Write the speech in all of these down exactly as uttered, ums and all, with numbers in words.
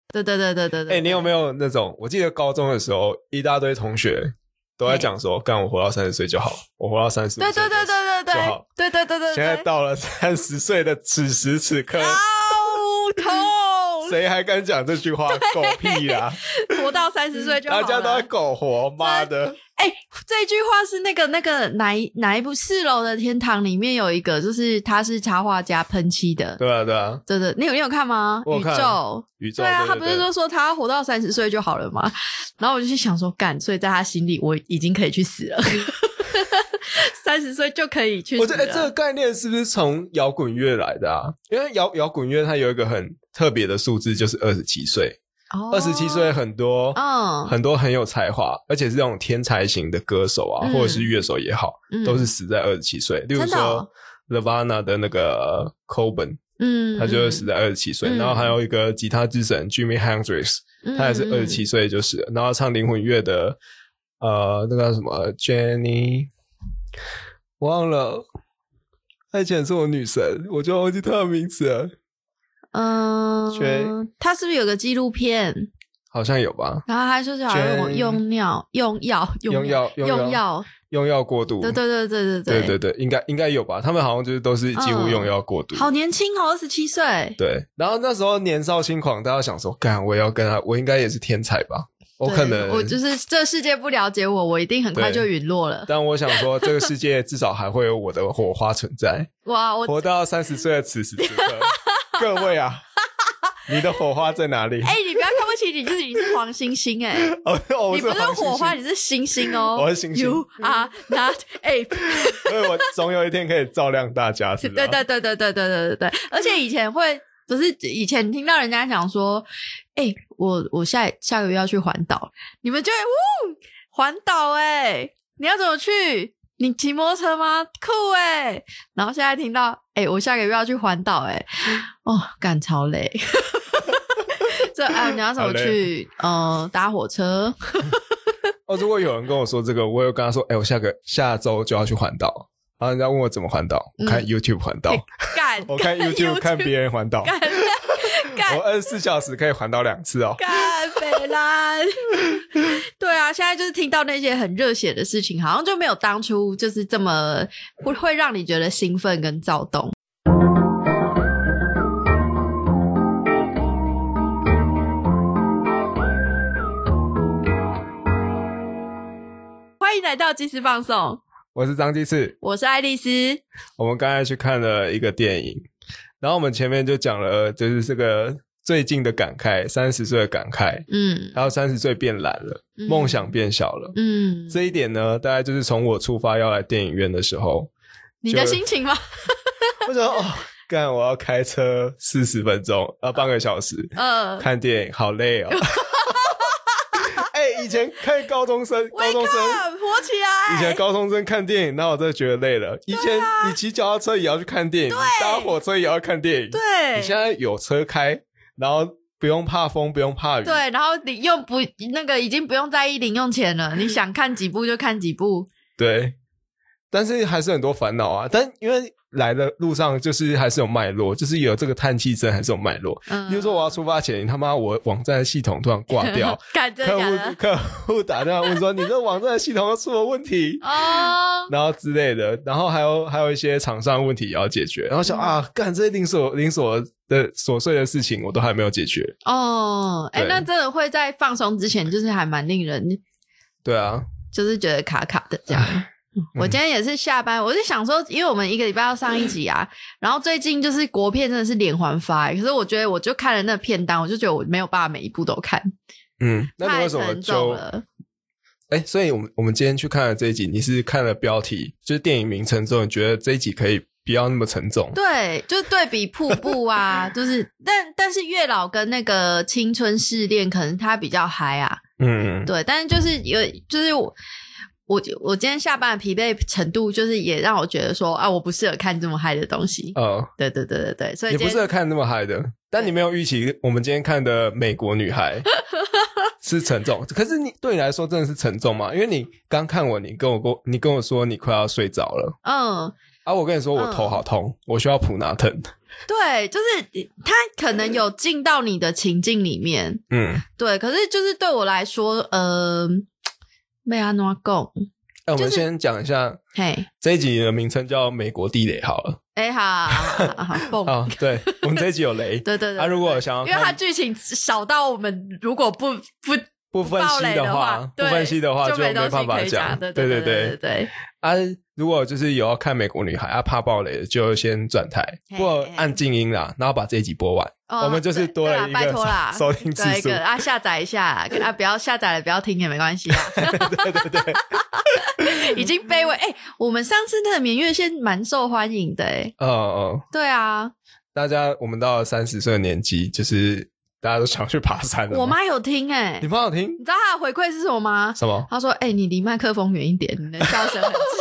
对对对对对对。 哎、欸，你有没有那种？我记得高中的时候，一大堆同学都在讲说，干我活到三十岁就好，我活到三十五岁就好。 对对对对对对，对对对对。 现在到了三十岁的此时此刻， 好痛！ 谁还敢讲这句话？狗屁啦！ 活到三十岁就好了， 大家都在苟活，妈的！ 哎、欸，这句话是那个那个哪一哪一部四楼的天堂里面有一个，就是他是插画家喷漆的。 对啊，对啊， 对对，你有你有看吗？ 我有看宇宙， 宇宙， 对啊， 对对对， 他不是说说他活到三十岁就好了吗？然后我就去想说，干，所以在他心里，我已经可以去死了。三十岁就可以去死了。 我觉得、欸、这个概念是不是从摇滚乐来的啊？因为摇摇滚乐它有一个很特别的数字，就是二十七岁。二十七岁很多、 嗯、 很多很有才华，而且是这种天才型的歌手啊、嗯、或者是乐手也好、嗯、都是死在二十七岁。例如说、哦、Nirvana 的那个 Cobain， 嗯，他就是死在二十七岁。然后还有一个吉他之神 Jimi Hendrix， 他也是二十七岁就死了、嗯、然后唱灵魂乐的呃那个叫什么 Jenny 忘了，她以前是我女神，我就忘记她的名字了。 嗯，他是不是有个纪录片？ 好像有吧。 然后他就是好像用尿、用药、 用药、 用药、 用药过度。 对对对对对对对对，应该应该有吧。他们好像就是都是几乎用药过度。 嗯、好年轻哦，二十七岁。 对，然后那时候年少轻狂，大家想说，干，我也要跟他，我应该也是天才吧。我可能我就是这世界不了解我，我一定很快就陨落了。 但我想说，这个世界至少还会有我的火花存在。 哇，我活到三十岁的此时此刻。各位啊，你的火花在哪里？ 哎、欸，你不要看不起你自己，你是黄星星哎、欸哦哦！ 你不是火花，你是星星哦。 我是星星。 You are not ape。 所以我总有一天可以照亮大家，是吧？ 对对对对对对对对对。而且以前会不是以前听到人家讲说，哎、欸，我我下下个月要去环岛，你们就会呜环岛哎，你要怎么去？你骑摩托车吗？酷欸！然后现在听到，哎、欸，我下个月要去环岛，哎，哦，干超累。这啊，你要怎么去？呃，搭火车。 哦，如果有人跟我说这个，我有跟他说，哎、欸，我下个下周就要去环岛。然后人家问我怎么环岛，我看 YouTube 环岛。 干、嗯， 我看 YouTube 看别人环岛。 干，干， 我二十四小时可以环岛两次哦。 干北兰。对啊，现在就是听到那些很热血的事情，好像就没有当初就是这么会会让你觉得兴奋跟躁动。欢迎来到即时放送， 我是张鸡翅， 我是爱丽丝。 我们刚才去看了一个电影，然后我们前面就讲了，就是这个最近的感慨，三十岁的感慨，嗯，还有三十岁变懒了，梦、嗯、想变小了，嗯，这一点呢，大概就是从我出发要来电影院的时候， 你的心情吗？ 我想哦，干，我要开车四十分钟，要半个小时，嗯、呃，看电影好累哦。哎、欸，以前看高中生，高中生火起来。 以前高中生看电影，那我真的觉得累了。以前你骑脚踏车也要去看电影，你搭火车也要看电影。 对， 你现在有车开，然后不用怕风，不用怕雨。 对，然后你又不那个已经不用在意零用钱了，你想看几部就看几部。 对，但是还是很多烦恼啊。但因为来的路上就是还是有脉络，就是有这个叹气声，还是有脉络。嗯，比如说我要出发前，他妈我网站的系统突然挂掉，客户客户打电话问说你这网站的系统又出了问题哦，然后之类的，然后还有还有一些厂商问题也要解决，然后想、嗯、啊，干这些零琐零琐的琐碎的事情我都还没有解决哦。哎、欸，那真的会在放松之前，就是还蛮令人对啊， 就是觉得卡卡的这样。我今天也是下班、嗯、我是想说因为我们一个礼拜要上一集啊、嗯、然后最近就是国片真的是连环发、欸、可是我觉得我就看了那片单，我就觉得我没有办法每一部都看。 嗯，那你为什么就哎、欸，所以我们我们今天去看了这一集，你是看了标题就是电影名称之后，你觉得这一集可以不要那么沉重？对， 就是对比瀑布啊就是但但是月老跟那个青春试炼可能它比较嗨啊。嗯，对，但是就是有就是我我我今天下班的疲惫程度，就是也让我觉得说啊，我不适合看这么嗨的东西。哦，对对对对对，所以也不适合看那么嗨的。但你没有预期我们今天看的美国女孩是沉重，可是你对你来说真的是沉重吗？因为你刚看完，你跟我你跟我说你快要睡着了。 嗯， 啊，我跟你说我头好痛、嗯、我需要普拿疼。 对，就是他可能有进到你的情境里面，嗯，对，可是就是对我来说呃没安怎讲。 欸、我们先讲一下，嘿、就是，这一集的名称叫美国地雷好了。 哎、欸，好，好，好，蹦。 好，对，我们这一集有雷。 对对对。 啊，如果想要看， 因为它剧情少到我们如果不不不分析的话，不分析的话就没办法讲。 对对对对 对, 对。 啊，如果就是有要看美国女孩啊怕爆雷的，就先转台，不过按静音啦，然后把这一集播完。哦、我们就是多了一个收听次数啊，下载一下啊，不要下载了不要听也没关系啊。 对对对。 已经卑微哎、欸，我们上次那个绵月线蛮受欢迎的哎、欸。 嗯嗯， 对啊， 大家我们到了三十岁的年纪，就是大家都想去爬山了。 我妈有听哎、欸， 你妈有听？ 你知道她的回馈是什么吗？ 什么？ 她说：“哎、欸，你离麦克风远一点，你的笑声很吵。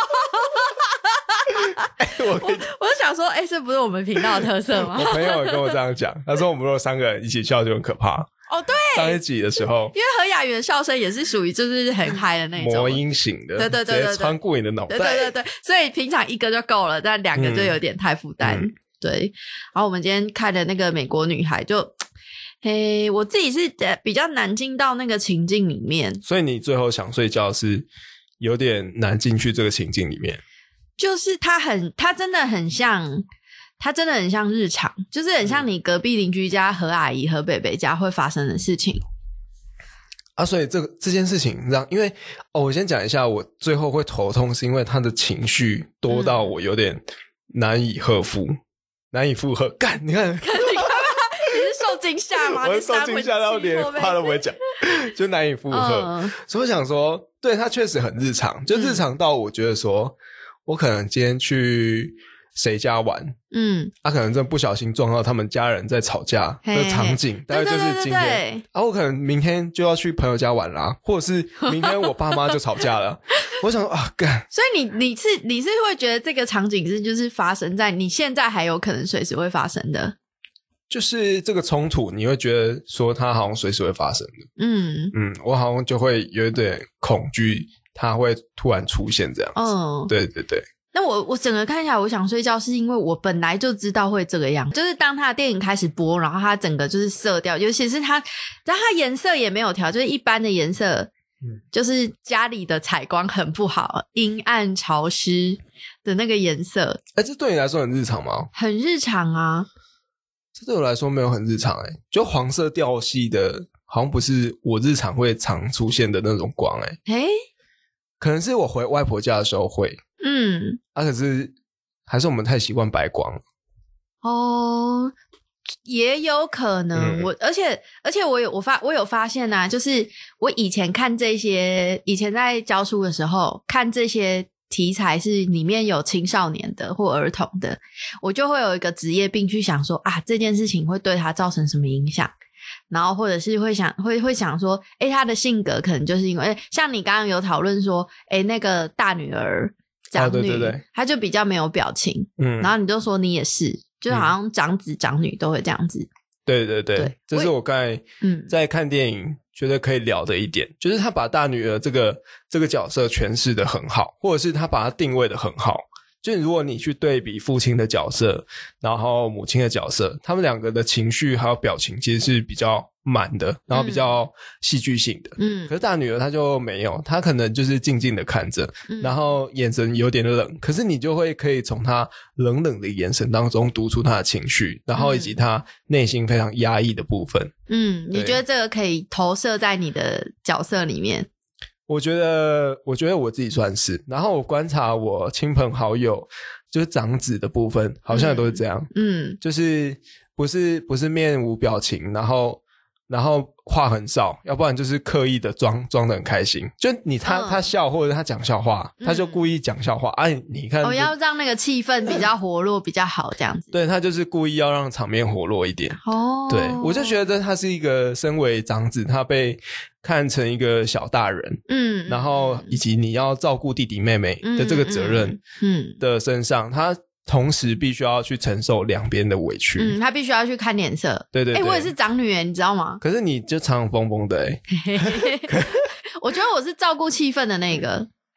欸”我我我就想说，哎、欸，这不是我们频道的特色吗？ 我朋友也跟我这样讲，他说我们如果三个人一起笑就很可怕。 哦，对， 上一集的时候， 因为何雅媛的笑声也是属于就是很嗨的那种魔音型的， 对对对对对， 直接穿过你的脑袋， 对对对对，所以平常一个就够了，但两个就有点太负担、嗯。对，然后我们今天看的那个美国女孩就，嘿，我自己是比较难进到那个情境里面， 所以你最后想睡觉是有点难进去这个情境里面， 就是它很，它真的很像。它真的很像日常，就是很像你隔壁邻居家何阿姨何北北家会发生的事情啊。所以这个这件事情让，因为哦，我先讲一下，我最后会头痛是因为他的情绪多到我有点难以克服、嗯、难以负荷。干，你看，看你看吧，你是受惊吓吗？ 我是受惊吓到连话都不会讲，就难以负荷、嗯。所以我想说，对，他确实很日常，就日常到我觉得说，嗯、我可能今天去谁家玩，嗯，他、啊、可能真的不小心撞到他们家人在吵架的场景，大概就是今天，对对对对对啊，我可能明天就要去朋友家玩啦，或者是明天我爸妈就吵架了，我想说啊，干， 所以你你是你是会觉得这个场景是就是发生在你现在还有可能随时会发生的， 就是这个冲突，你会觉得说它好像随时会发生的，嗯嗯，我好像就会有点恐惧，它会突然出现这样子，嗯，对对对。 那我我整个看下来我想睡觉是因为我本来就知道会这个样，就是当他的电影开始播，然后他整个就是色调，尤其是他但他颜色也没有调，就是一般的颜色、嗯、就是家里的采光很不好，阴暗潮湿的那个颜色。 欸，这对你来说很日常吗？ 很日常啊。 这对我来说没有很日常欸，就黄色调系的好像不是我日常会常出现的那种光欸。欸，可能是我回外婆家的时候会，嗯，啊，可是还是我们太习惯白光了。哦， 也有可能。嗯、我而且而且我有我发我有发现啊，就是我以前看这些，以前在教书的时候看这些题材是里面有青少年的或儿童的，我就会有一个职业病去想说啊，这件事情会对他造成什么影响。然后或者是会想会会想说诶他的性格可能就是因为像你刚刚有讨论说诶那个大女儿长女、哦、对对对，她就比较没有表情，嗯，然后你就说你也是，就好像长子长女都会这样子，嗯、 对对对，对，这是我刚才在看电影觉得可以聊的一点，嗯、就是他把大女儿这个这个角色诠释的很好，或者是他把它定位的很好。就如果你去对比父亲的角色然后母亲的角色，他们两个的情绪还有表情其实是比较满的，然后比较戏剧性的，嗯，可是大女儿她就没有，她可能就是静静的看着，嗯，然后眼神有点冷，可是你就会可以从她冷冷的眼神当中读出她的情绪，然后以及她内心非常压抑的部分。嗯， 你觉得这个可以投射在你的角色里面？ 我觉得我觉得我自己算是，然后我观察我亲朋好友就是长子的部分好像也都是这样，嗯，嗯就是不是不是面无表情，然后然后话很少，要不然就是刻意的装装得很开心，就你他、嗯、他笑或者他讲笑话，他就故意讲笑话，嗯、啊你看我、 哦、要让那个气氛比较活络比较好这样子， 对，他就是故意要让场面活络一点。哦，对，我就觉得他是一个身为长子，他被看成一个小大人，嗯，然后以及你要照顾弟弟妹妹的这个责任嗯的身上，嗯嗯、他同时必须要去承受两边的委屈， 嗯，他必须要去看脸色。对对对，欸，我也是长女耶，你知道吗？ 可是你就常常疯疯的耶。 我觉得我是照顾气氛的那个。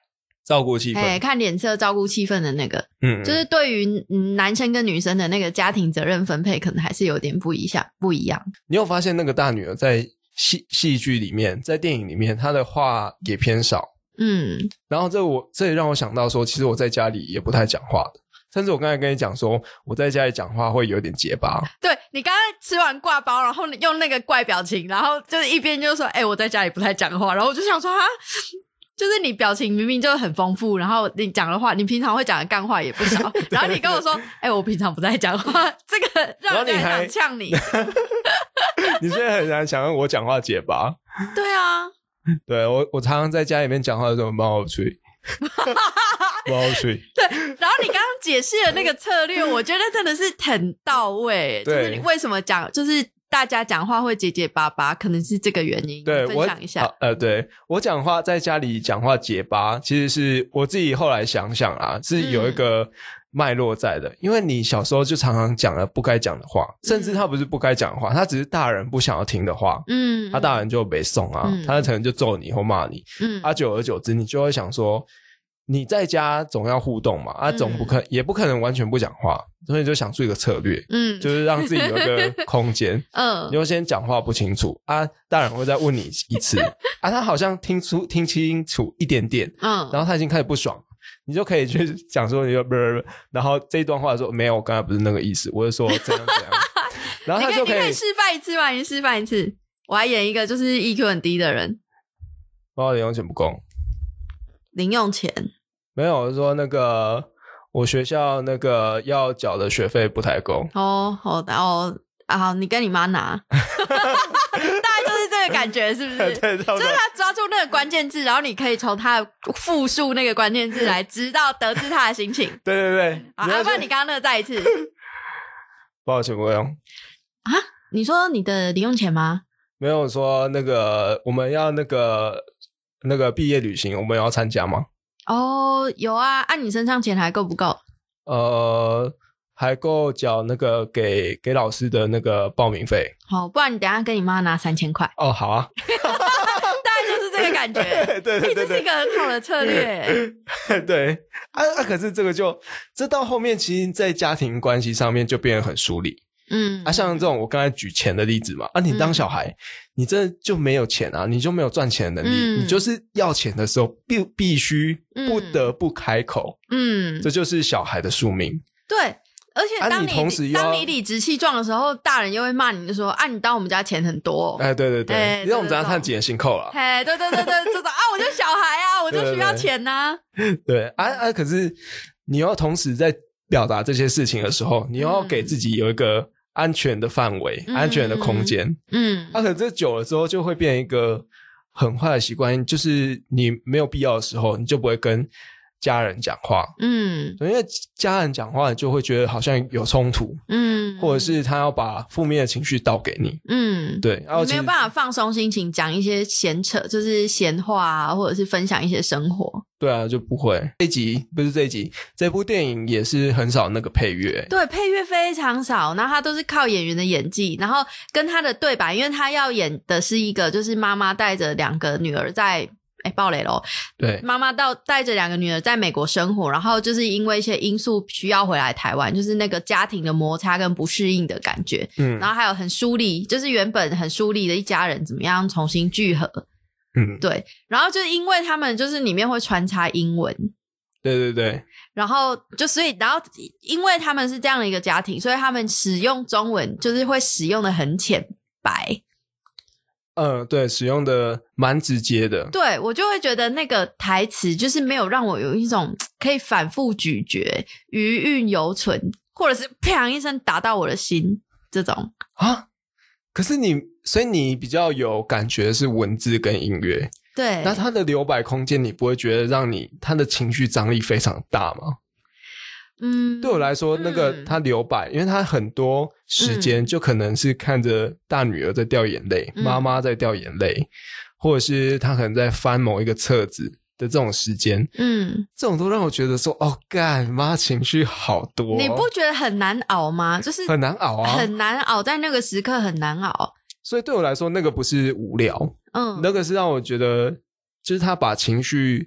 照顾气氛， 哎，看脸色照顾气氛的那个， 嗯， 就是对于男生跟女生的那个家庭责任分配，可能还是有点不一样，不一样。 你有发现那个大女儿在戏戏剧里面，在电影里面，她的话也偏少，嗯，然后这我这也让我想到说，其实我在家里也不太讲话的。甚至我刚才跟你讲说，我在家里讲话会有点结巴。 对，你刚刚吃完挂包，然后用那个怪表情，然后就是一边就说：“哎、欸，我在家里不太讲话。”然后我就想说啊，就是你表情明明就很丰富，然后你讲的话，你平常会讲的干话也不少，然后你跟我说：“哎、欸，我平常不太讲话。”这个让人家想呛你。 你现在很难想象我讲话结巴。 对啊， 对我我常常在家里面讲话的时候蛮好吹。不好吹。 对，然后你刚刚解释的那个策略，我觉得真的是很到位。就是你为什么讲，就是大家讲话会结结巴巴，可能是这个原因。 对， 分享一下。 啊、呃，对我讲话在家里讲话结巴，其实是我自己后来想想啊，是有一个脉络在的。嗯、因为你小时候就常常讲了不该讲的话，甚至他不是不该讲的话，他只是大人不想要听的话。嗯，他、啊、大人就没送啊，嗯、他可能就揍你或骂你。嗯，啊，久而久之，你就会想说。你在家总要互动嘛，啊，总不可、嗯、也不可能完全不讲话，所以就想出一个策略，嗯，就是让自己有一个空间，嗯，你就先讲话不清楚啊，大人会再问你一次，啊，他好像听出听清楚一点点，嗯，然后他已经开始不爽，你就可以去讲说你就不不，然后这一段话说没有，我刚才不是那个意思，我是说这样这样，然后他就可以， 你可以示范一次吗？你示范一次，我还演一个就是 E Q 很低的人， 我零用钱不够， 零用钱。 没有，我说那个我学校那个要缴的学费不太够。 哦，好的哦，啊，好，你跟你妈拿，大概就是这个感觉，是不是？ 对， 就是他抓住那个关键字，然后你可以从他复述那个关键字来知道得知他的心情。 对对对， 好，要不然你刚刚那个再一次。 不好意思，不用啊？你说你的零用钱吗？ 没有说那个我们要那个那个毕业旅行，我们要参加吗？ 哦，有啊，按、啊、你身上钱还够不够？ 呃，还够缴那个给给老师的那个报名费。 好，不然你等一下跟你妈拿三千块。 哦，好啊， 大概就是这个感觉。 对对对对， 这是一个很好的策略。 对啊啊，可是这个就这到后面，其实在家庭关系上面就变得很疏离。嗯，啊，像这种我刚才举钱的例子嘛，啊，你当小孩，嗯、你真的就没有钱啊，你就没有赚钱的能力，嗯、你就是要钱的时候必必须不得不开口，嗯，这就是小孩的宿命。 对，而且当你、 啊、你同时当你理直气壮的时候，大人又会骂你，就说啊，你当我们家钱很多， 哎，对对对，欸、你让我们家看几年辛扣了， 哎，对对对对，这种啊，我就小孩啊，我就需要钱呐、啊， 对, 对, 对啊啊，可是你要同时在表达这些事情的时候，你要给自己有一个。安全的范围、嗯、安全的空间，嗯，那、啊、可能这久了之后就会变成一个很坏的习惯，就是你没有必要的时候，你就不会跟家人讲话，嗯，因为家人讲话就会觉得好像有冲突，嗯，或者是他要把负面的情绪倒给你，嗯，对，然后你没有办法放松心情，讲一些闲扯，就是闲话啊，或者是分享一些生活。 对啊，就不会。这一集不是这一集，这部电影也是很少那个配乐。 对，配乐非常少，然后他都是靠演员的演技，然后跟他的对白，因为他要演的是一个就是妈妈带着两个女儿在。哎，爆雷咯。 对， 妈妈到带着两个女儿在美国生活，然后就是因为一些因素需要回来台湾，就是那个家庭的摩擦跟不适应的感觉。嗯，然后还有很疏离，就是原本很疏离的一家人怎么样重新聚合。嗯，对，然后就是因为他们就是里面会穿插英文。 对对对， 然后就所以然后因为他们是这样的一个家庭，所以他们使用中文就是会使用的很浅白。 嗯，对，使用的蛮直接的。 对，我就会觉得那个台词就是没有让我有一种可以反复咀嚼、余韵犹存，或者是砰一声打到我的心这种啊。可是你，所以你比较有感觉是文字跟音乐。 对， 那它的留白空间，你不会觉得让你他的情绪张力非常大吗？嗯，对我来说，那个他留白，因为他很多时间就可能是看着大女儿在掉眼泪，嗯、妈妈在掉眼泪，或者是他可能在翻某一个册子的这种时间，嗯，这种都让我觉得说，哦，干妈情绪好多、哦， 你不觉得很难熬吗？就是很难熬啊， 很难熬，在那个时刻很难熬。 所以对我来说，那个不是无聊，嗯，那个是让我觉得，就是他把情绪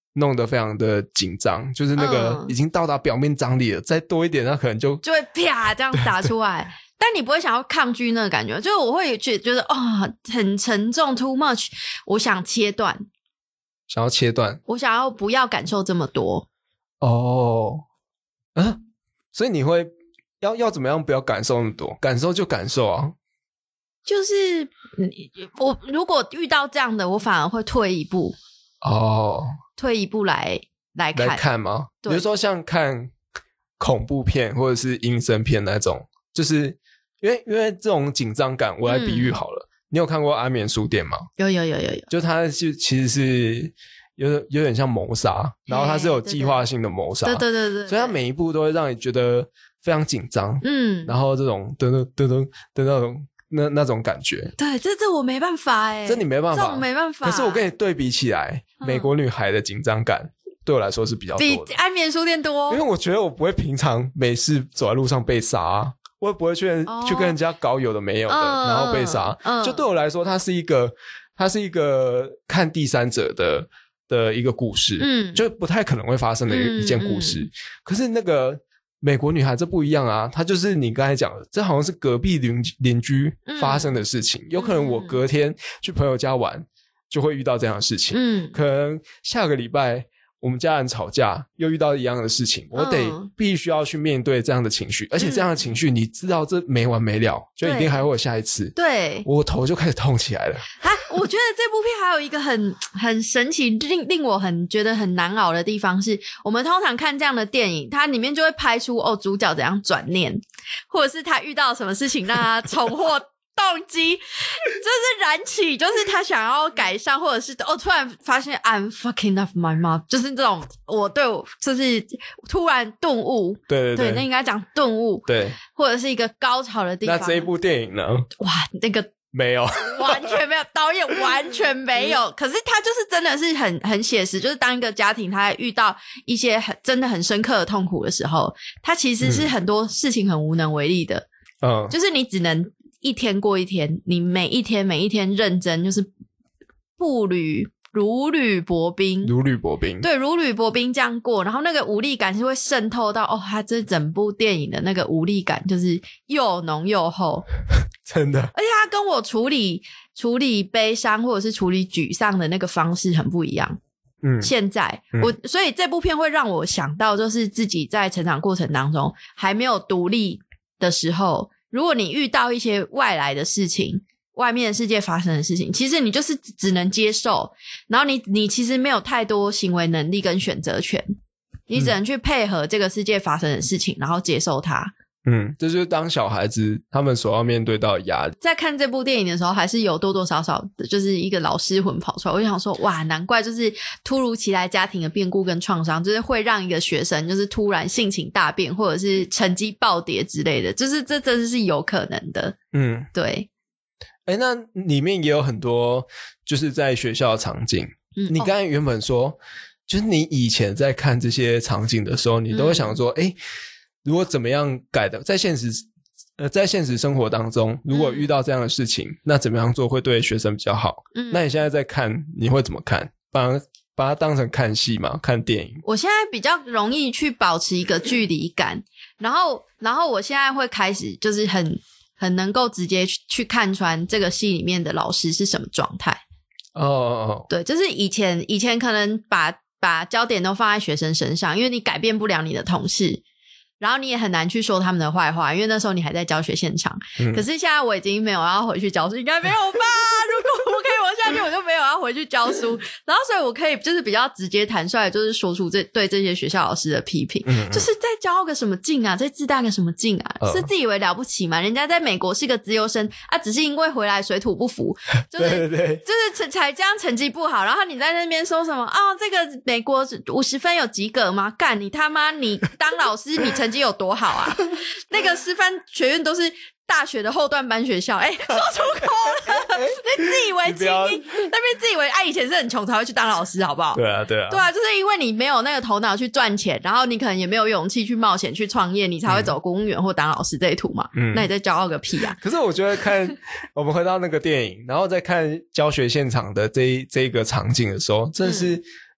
弄得非常的紧张，就是那个已经到达表面张力了，嗯、再多一点那可能就就会啪这样打出来。但你不会想要抗拒那个感觉，就是我会觉得觉得哦很沉重 too much， 我想切断， 想要切断， 我想要不要感受这么多。 哦，啊，所以你会要要怎么样不要感受那么多？感受就感受啊。 就是我如果遇到这样的，我反而会退一步。 哦， 退一步来来看来看吗？比如说像看恐怖片或者是阴森片那种，就是因为因为这种紧张感，我来比喻好了。嗯、你有看过《安眠书店》吗？ 有有有有有， 就它是其实是有有点像谋杀，然后它是有计划性的谋杀， 对对对 对, 对, 对， 所以它每一步都会让你觉得非常紧张，嗯，然后这种噔噔噔噔的那种那那种感觉， 对，这这我没办法哎、欸， 这你没办法， 这我没办法。 可是我跟你对比起来，嗯、美国女孩的紧张感对我来说是比较多的， 比安眠书店多， 因为我觉得我不会平常没事走在路上被杀、啊。我也不会去、哦、去跟人家搞有的没有的、嗯、然后被杀、嗯、就对我来说它是一个它是一个看第三者的的一个故事，嗯，就不太可能会发生的一件故事、嗯嗯、可是那个美国女孩这不一样啊，她就是你刚才讲的，这好像是隔壁邻邻居发生的事情、嗯、有可能我隔天去朋友家玩就会遇到这样的事情，嗯，可能下个礼拜我们家人吵架又遇到一样的事情，我得必须要去面对这样的情绪、嗯、而且这样的情绪你知道这没完没了，就一定还会有下一次， 对，我头就开始痛起来了。 啊，我觉得这部片还有一个很很神奇令令我很觉得很难熬的地方是，我们通常看这样的电影它里面就会拍出哦主角怎样转念，或者是他遇到什么事情让他重获动机，就是燃起，就是他想要改善，或者是哦，突然发现 I'm fucking off my mouth， 就是这种我对我就是突然顿悟， 对对 对, 对，那应该讲顿悟， 对， 或者是一个高潮的地方。 那这一部电影呢？ 哇，那个没有， 完全没有，导演完全没有。可是他就是真的是很很写实，就是当一个家庭他遇到一些很真的很深刻的痛苦的时候，他其实是很多事情很无能为力的，嗯，就是你只能一天过一天，你每一天每一天认真，就是步履如履薄冰， 如履薄冰， 对，如履薄冰这样过，然后那个无力感是会渗透到哦，他这整部电影的那个无力感就是又浓又厚， 真的， 而且他跟我处理处理悲伤或者是处理沮丧的那个方式很不一样。嗯，现在、嗯、我所以这部片会让我想到，就是自己在成长过程当中还没有独立的时候。如果你遇到一些外来的事情，外面的世界发生的事情，其实你就是只能接受，然后你你其实没有太多行为能力跟选择权，你只能去配合这个世界发生的事情，然后接受它。 嗯，这就是当小孩子他们所要面对到的压力。 在看这部电影的时候，还是有多多少少的就是一个老师魂跑出来，我就想说，哇，难怪就是突如其来家庭的变故跟创伤，就是会让一个学生就是突然性情大变，或者是成绩暴跌之类的，就是这真的是有可能的。嗯，对。 诶，那里面也有很多就是在学校的场景。嗯，你刚才原本说、哦、就是你以前在看这些场景的时候，你都会想说，诶、嗯，如果怎么样改的，在现实呃，在现实生活当中，如果遇到这样的事情、嗯、那怎么样做会对学生比较好？嗯，那你现在在看，你会怎么看？把它把它当成看戏吗？看电影？ 我现在比较容易去保持一个距离感，然后然后我现在会开始就是很很能够直接去去看穿这个戏里面的老师是什么状态。 哦哦哦， 对，就是以前以前可能把把焦点都放在学生身上，因为你改变不了你的同事。然后你也很难去说他们的坏话，因为那时候你还在教学现场、嗯、可是现在我已经没有要回去教书，应该没有吧如果我可以活下去我就没有要回去教书然后所以我可以就是比较直接坦率的就是说出这对这些学校老师的批评、嗯嗯、就是在骄傲个什么劲啊，在自大个什么劲啊、哦、是自以为了不起吗？人家在美国是个资优生啊，只是因为回来水土不服就是对对对， 就是才这样成绩不好，然后你在那边说什么哦，这个美国五十分有及格吗？干你他妈，你当老师你成绩有多好啊那个师范学院都是大学的后段班学校，哎、欸，说出口了你自以为精英那边自以为哎、啊、以前是很穷才会去当老师好不好？ 对啊对啊对啊，就是因为你没有那个头脑去赚钱，然后你可能也没有勇气去冒险去创业，你才会走公务员或当老师这一途嘛。嗯，那你在骄傲个屁啊。 可是我觉得看我们回到那个电影然后再看教学现场的这一这一个场景的时候，真的是、嗯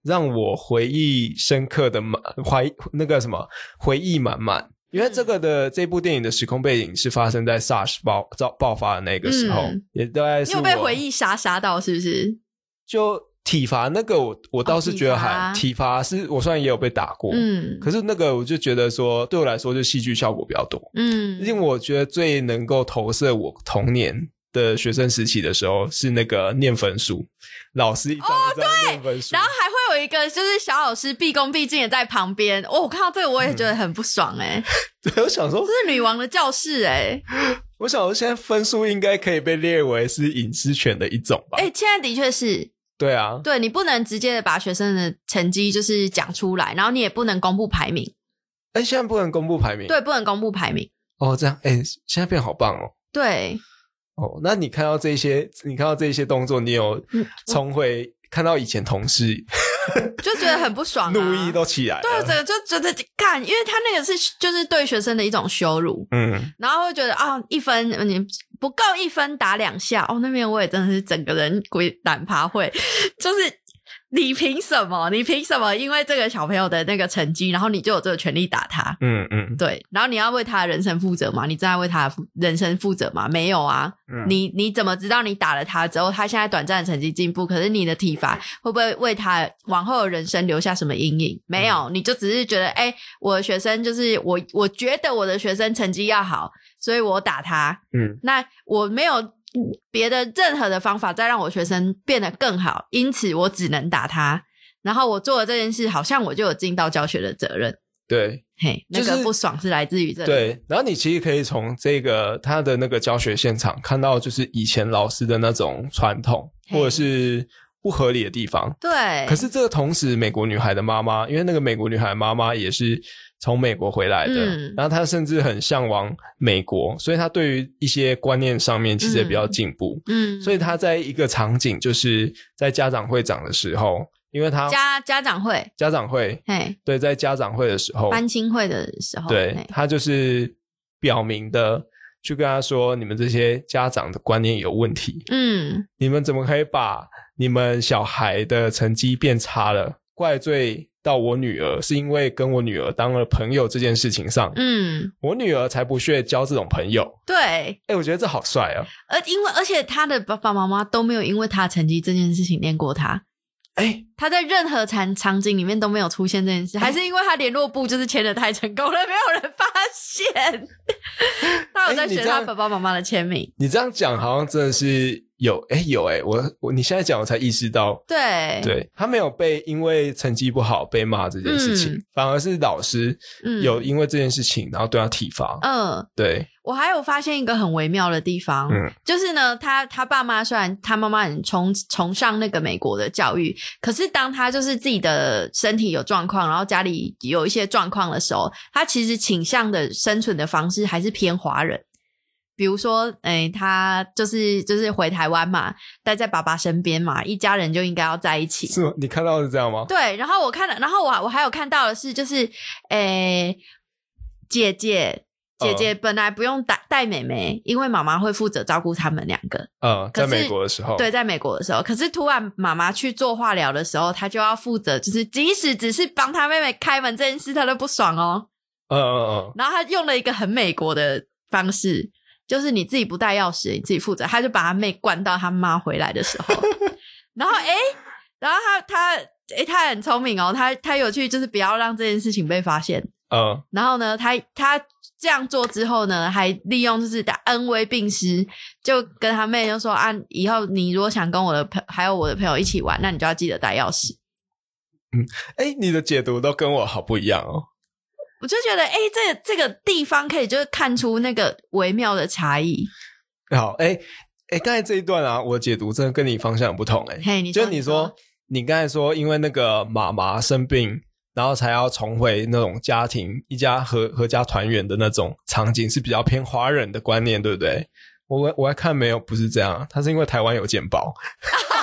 让我回忆深刻的满怀那个什么回忆满满。因为这个的、嗯、这部电影的时空背景是发生在 SARS 爆爆发的那个时候，嗯、也大概是我。 你有被回忆杀杀到是不是？ 就体罚那个我我倒是觉得还、哦、体罚是我虽然也有被打过，嗯，可是那个我就觉得说对我来说就戏剧效果比较多，嗯，因为我觉得最能够投射我童年的学生时期的时候是那个念分数，老师一张一张念分数、 哦、然后还会有一个就是小老师毕恭毕敬也在旁边，哦，我看到这个我也觉得很不爽诶、欸嗯、对，我想说这是女王的教室诶、欸、 我想说现在分数应该可以被列为是隐私权的一种吧。 诶、欸、现在的确是， 对啊， 对，你不能直接的把学生的成绩就是讲出来，然后你也不能公布排名。 诶、欸、现在不能公布排名？ 对，不能公布排名。 哦，这样诶、欸、现在变好棒哦。 对。 哦，那你看到这些你看到这些动作，你有重回、嗯、看到以前同事就觉得很不爽、啊、 怒意都起来了。 对，这就觉得干，因为他那个是就是对学生的一种羞辱，嗯，然后会觉得啊，一分你不够一分打两下，哦，那边我也真的是整个人鬼胆爬会，就是你凭什么？你凭什么？因为这个小朋友的那个成绩，然后你就有这个权利打他？嗯嗯，对。然后你要为他的人生负责吗？你真的为他的人生负责吗？没有啊。嗯、你你怎么知道你打了他之后，他现在短暂的成绩进步，可是你的体罚会不会为他往后的人生留下什么阴影？没有，嗯、你就只是觉得，哎、欸，我的学生就是我，我觉得我的学生成绩要好，所以我打他。嗯，那我没有别的任何的方法再让我学生变得更好，因此我只能打他，然后我做了这件事好像我就有尽到教学的责任。 对， 嘿，那个不爽是来自于这里、 就是、对，然后你其实可以从这个他的那个教学现场看到就是以前老师的那种传统或者是不合理的地方。 对， 可是这个同时美国女孩的妈妈，因为那个美国女孩的妈妈也是从美国回来的、嗯、然后她甚至很向往美国，所以她对于一些观念上面其实也比较进步。嗯，所以她在一个场景就是在家长会长的时候，因为她家家长会家长会嘿对，在家长会的时候班亲会的时候， 对，她就是表明的去跟她说，你们这些家长的观念有问题。嗯，你们怎么可以把你们小孩的成绩变差了怪罪到我女儿，是因为跟我女儿当了朋友这件事情上。嗯，我女儿才不屑交这种朋友。 对， 欸，我觉得这好帅啊。 而因为而且他的爸爸妈妈都没有因为他成绩这件事情念过他。 欸， 他在任何场场景里面都没有出现这件事，还是因为他联络簿就是签得太成功了，没有人发现。他有在学他爸爸妈妈的签名。 你这样讲好像真的是有诶、欸、有诶、欸、我我你现在讲我才意识到。 对对，他没有被因为成绩不好被骂这件事情、嗯、反而是老师有因为这件事情、嗯、然后对他体罚。嗯，对。 我还有发现一个很微妙的地方、嗯、就是呢他他爸妈虽然他妈妈很崇崇尚那个美国的教育，可是当他就是自己的身体有状况，然后家里有一些状况的时候，他其实倾向的生存的方式还是偏华人。比如说诶、欸、他就是就是回台湾嘛，待在爸爸身边嘛，一家人就应该要在一起。 是吗？你看到的是这样吗？ 对，然后我看了，然后我我还有看到的是就是诶、欸、姐姐姐姐本来不用带带妹妹，因为妈妈会负责照顾他们两个。 嗯，在美国的时候。 对，在美国的时候。可是突然妈妈去做化疗的时候，她就要负责，就是即使只是帮她妹妹开门这件事，她都不爽哦。嗯嗯嗯。然后她用了一个很美国的方式，就是你自己不带钥匙，你自己负责。她就把她妹灌到她妈回来的时候，然后诶然后她她诶她很聪明哦，她她有去就是不要让这件事情被发现。嗯。然后呢，她她。这样做之后呢，还利用就是恩威并施，就跟他妹就说啊，以后你如果想跟我的朋还有我的朋友一起玩，那你就要记得带钥匙。 嗯，诶你的解读都跟我好不一样哦。 我就觉得诶这个这个地方可以就是看出那个微妙的差异。 好，诶诶刚才这一段啊，我解读真的跟你方向不同诶。 嘿，你说就你说你刚才说因为那个妈妈生病，然后才要重回那种家庭一家合合家团圆的那种场景，是比较偏华人的观念，对不对？我我还看没有，不是这样，他是因为台湾有健保。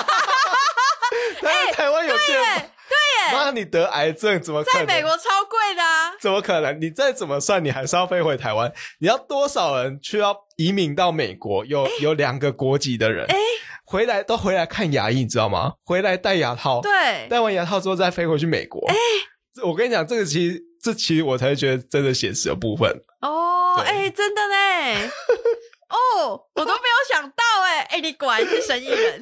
他台湾有健保， 对耶， 妈你得癌症怎么可能？ 在美国超贵的啊。 怎么可能？你再怎么算，你还是要飞回台湾。你要多少人去要移民到美国？有、欸、有两个国籍的人，哎、欸，回来都回来看牙医，你知道吗？回来戴牙套， 对， 戴完牙套之后再飞回去美国。哎、欸，我跟你讲，这个其实这其实我才觉得真的写实的部分。 哦，哎、欸，真的呢。哦，我都没有想到哎，哎，你果然是生意人。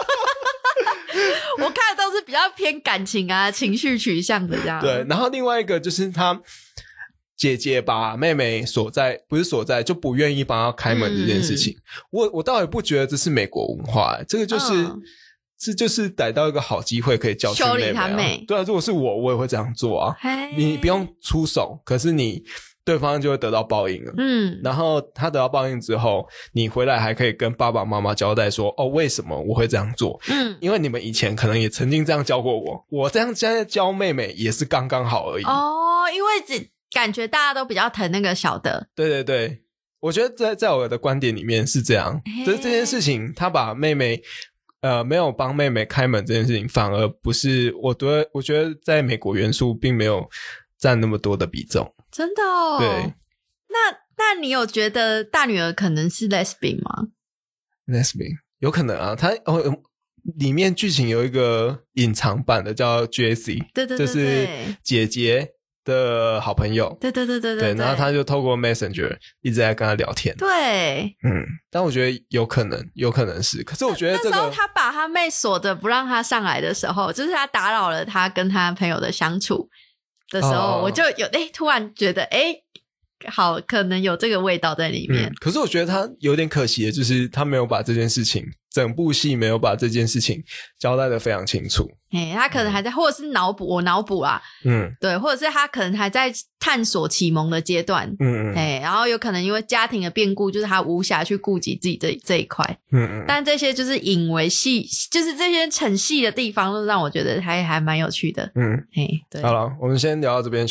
我看的都是比较偏感情啊、情绪取向的这样。 对，然后另外一个就是他姐姐把妹妹锁在，不是锁在，就不愿意帮她开门这件事情。嗯、我我倒也不觉得这是美国文化、欸，这个就是、嗯、这就是逮到一个好机会可以教训妹妹、啊、修理她妹。对啊，如果是我，我也会这样做啊。你不用出手，可是你。对方就会得到报应了。嗯，然后他得到报应之后，你回来还可以跟爸爸妈妈交代说，哦，为什么我会这样做？嗯，因为你们以前可能也曾经这样教过我，我这样现在教妹妹也是刚刚好而已。 哦，因为只感觉大家都比较疼那个小的。 对对对，我觉得在在我的观点里面是这样。就是这件事情，他把妹妹呃没有帮妹妹开门这件事情，反而不是我觉得，我觉得在美国元素并没有占那么多的比重。 真的哦。 对。 那那你有觉得大女儿可能是 lesbian 吗？ lesbian 有可能啊，她哦里面剧情有一个隐藏版的叫 Jessie， 对对对对， 就是姐姐的好朋友， 对对对对对, 对，然后她就透过 Messenger 一直在跟她聊天。 对， 嗯，但我觉得有可能，有可能是，可是我觉得这个那时候他把他妹锁着不让他上来的时候，就是他打扰了他跟他朋友的相处的时候，哦、我就有哎、欸，突然觉得哎、欸，好，可能有这个味道在里面、嗯。 可是我觉得他有点可惜的，就是他没有把这件事情，整部戏没有把这件事情交代得非常清楚。 哎、欸，他可能还在，嗯、或者是腦补，我腦補啊，嗯，对，或者是他可能还在探索启蒙的阶段，嗯嗯，哎、欸，然后有可能因为家庭的变故，就是他无暇去顾及自己这这一块，嗯嗯，但这些就是引为戏，就是这些逞戏的地方，都让我觉得还还蛮有趣的，嗯，哎，对， 好了，我们先聊到这边。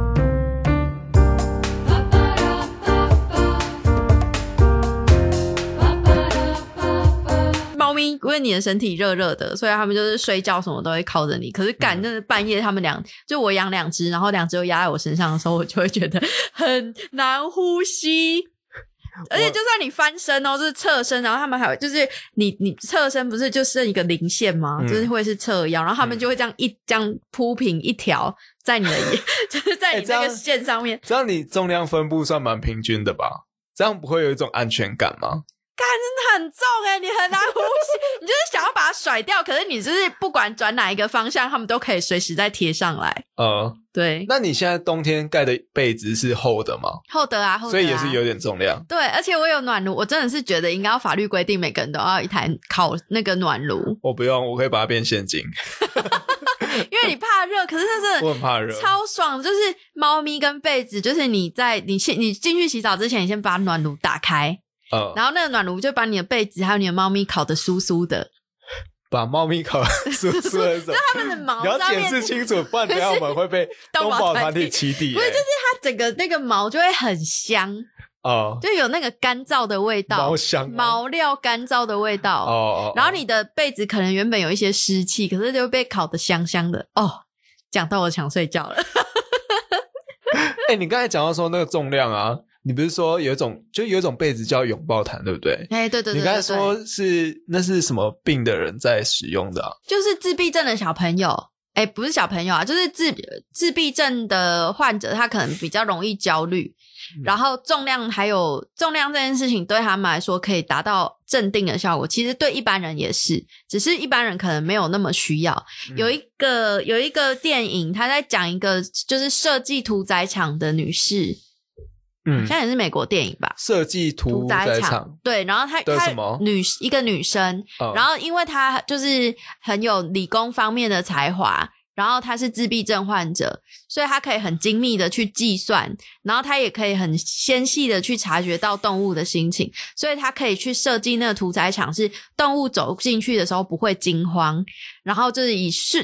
因为你的身体热热的，所以他们就是睡觉什么都会靠着你。可是赶真的半夜，他们两就我养两只，然后两只又压在我身上的时候，我就会觉得很难呼吸。而且就算你翻身哦，就是侧身，然后他们还有就是你你侧身不是就剩一个零线吗？嗯、就是会是侧腰，然后他们就会这样一、嗯、这样铺平一条在你的就是在你那个线上面、欸。 这样你重量分布算蛮平均的吧？这样不会有一种安全感吗？ 干，真的很重诶、欸、你很难呼吸。你就是想要把它甩掉，可是你就是不管转哪一个方向，他们都可以随时再贴上来。呃，对。 那你现在冬天盖的被子是厚的吗？ 厚的啊，厚的啊。 所以也是有点重量。 对，而且我有暖炉，我真的是觉得应该要法律规定每个人都要一台烤那个暖炉。 我不用，我可以把它变现金。 因为你怕热，可是那是我很怕热， 超爽。就是猫咪跟被子，就是你在你你进去洗澡之前，你先把暖炉打开。Uh, 然后那个暖炉就把你的被子还有你的猫咪烤得酥酥的， 把猫咪烤得酥酥的， 就他们的毛你要解释清楚，不然等一下我们会被东宝团体起底、欸。 不是，就是它整个那个毛就会很香哦， uh, 就有那个干燥的味道， 毛香、啊、 毛料干燥的味道哦。Oh, oh, oh. 然后你的被子可能原本有一些湿气，可是就被烤得香香的哦。讲到我想睡觉了。 哎、欸，你刚才讲到说那个重量啊。你不是说有一种就有一种被子叫拥抱毯，对不对？ 哎、欸，对对 对, 对, 对， 你刚才说是那是什么病的人在使用的啊？ 就是自闭症的小朋友，哎、欸，不是小朋友啊，就是自自闭症的患者，他可能比较容易焦虑，嗯、然后重量还有重量这件事情对他们来说可以达到镇定的效果，其实对一般人也是，只是一般人可能没有那么需要。嗯、有一个有一个电影，他在讲一个就是设计屠宰场的女士。嗯，现在也是美国电影吧？ 设计屠宰场， 对，然后她她女一个女生、哦，然后因为她就是很有理工方面的才华，然后她是自闭症患者，所以她可以很精密的去计算，然后她也可以很纤细的去察觉到动物的心情，所以她可以去设计那个屠宰场，是动物走进去的时候不会惊慌，然后就是以是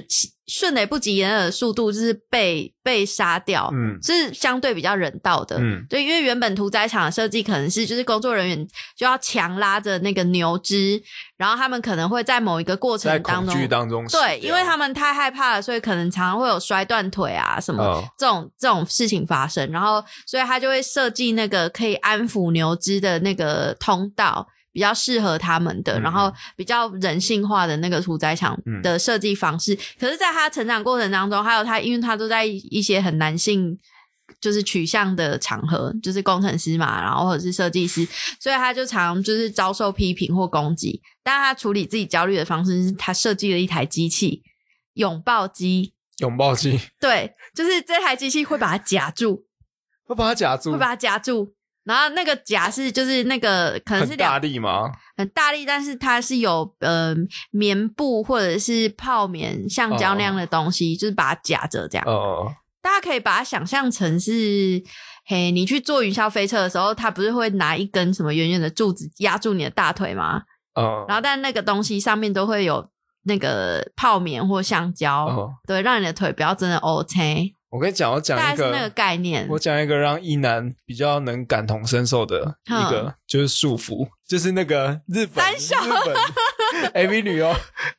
迅雷不及掩耳的速度，就是被被杀掉，嗯，是相对比较人道的，嗯，对，因为原本屠宰场的设计可能是就是工作人员就要强拉着那个牛只，然后他们可能会在某一个过程当中， 在恐惧当中， 对，因为他们太害怕了，所以可能常常会有摔断腿啊什么、哦、这种这种事情发生，然后所以他就会设计那个可以安抚牛只的那个通道。比较适合他们的、嗯、然后比较人性化的那个屠宰场的设计方式、嗯、可是在他成长过程当中还有他因为他都在一些很男性就是取向的场合，就是工程师嘛，然后或者是设计师，所以他就常就是遭受批评或攻击，但他处理自己焦虑的方式是他设计了一台机器拥抱机拥抱机对，就是这台机器会把它夹住会把它夹住会把它夹住然后那个夹是就是那个可能是很大力吗？ 很大力，但是它是有呃棉布或者是泡棉、橡胶那样的东西， oh. 就是把它夹着这样。哦、oh. 大家可以把它想象成是，嘿，你去坐云霄飞车的时候，它不是会拿一根什么圆圆的柱子压住你的大腿吗？哦、oh. 然后但那个东西上面都会有那个泡棉或橡胶， oh. 对，让你的腿不要真的 OK。 我跟你讲，我讲一个， 大概是那个概念。 我讲一个让异男比较能感同身受的一个，就是束缚，就是那个日本日本 A V 女优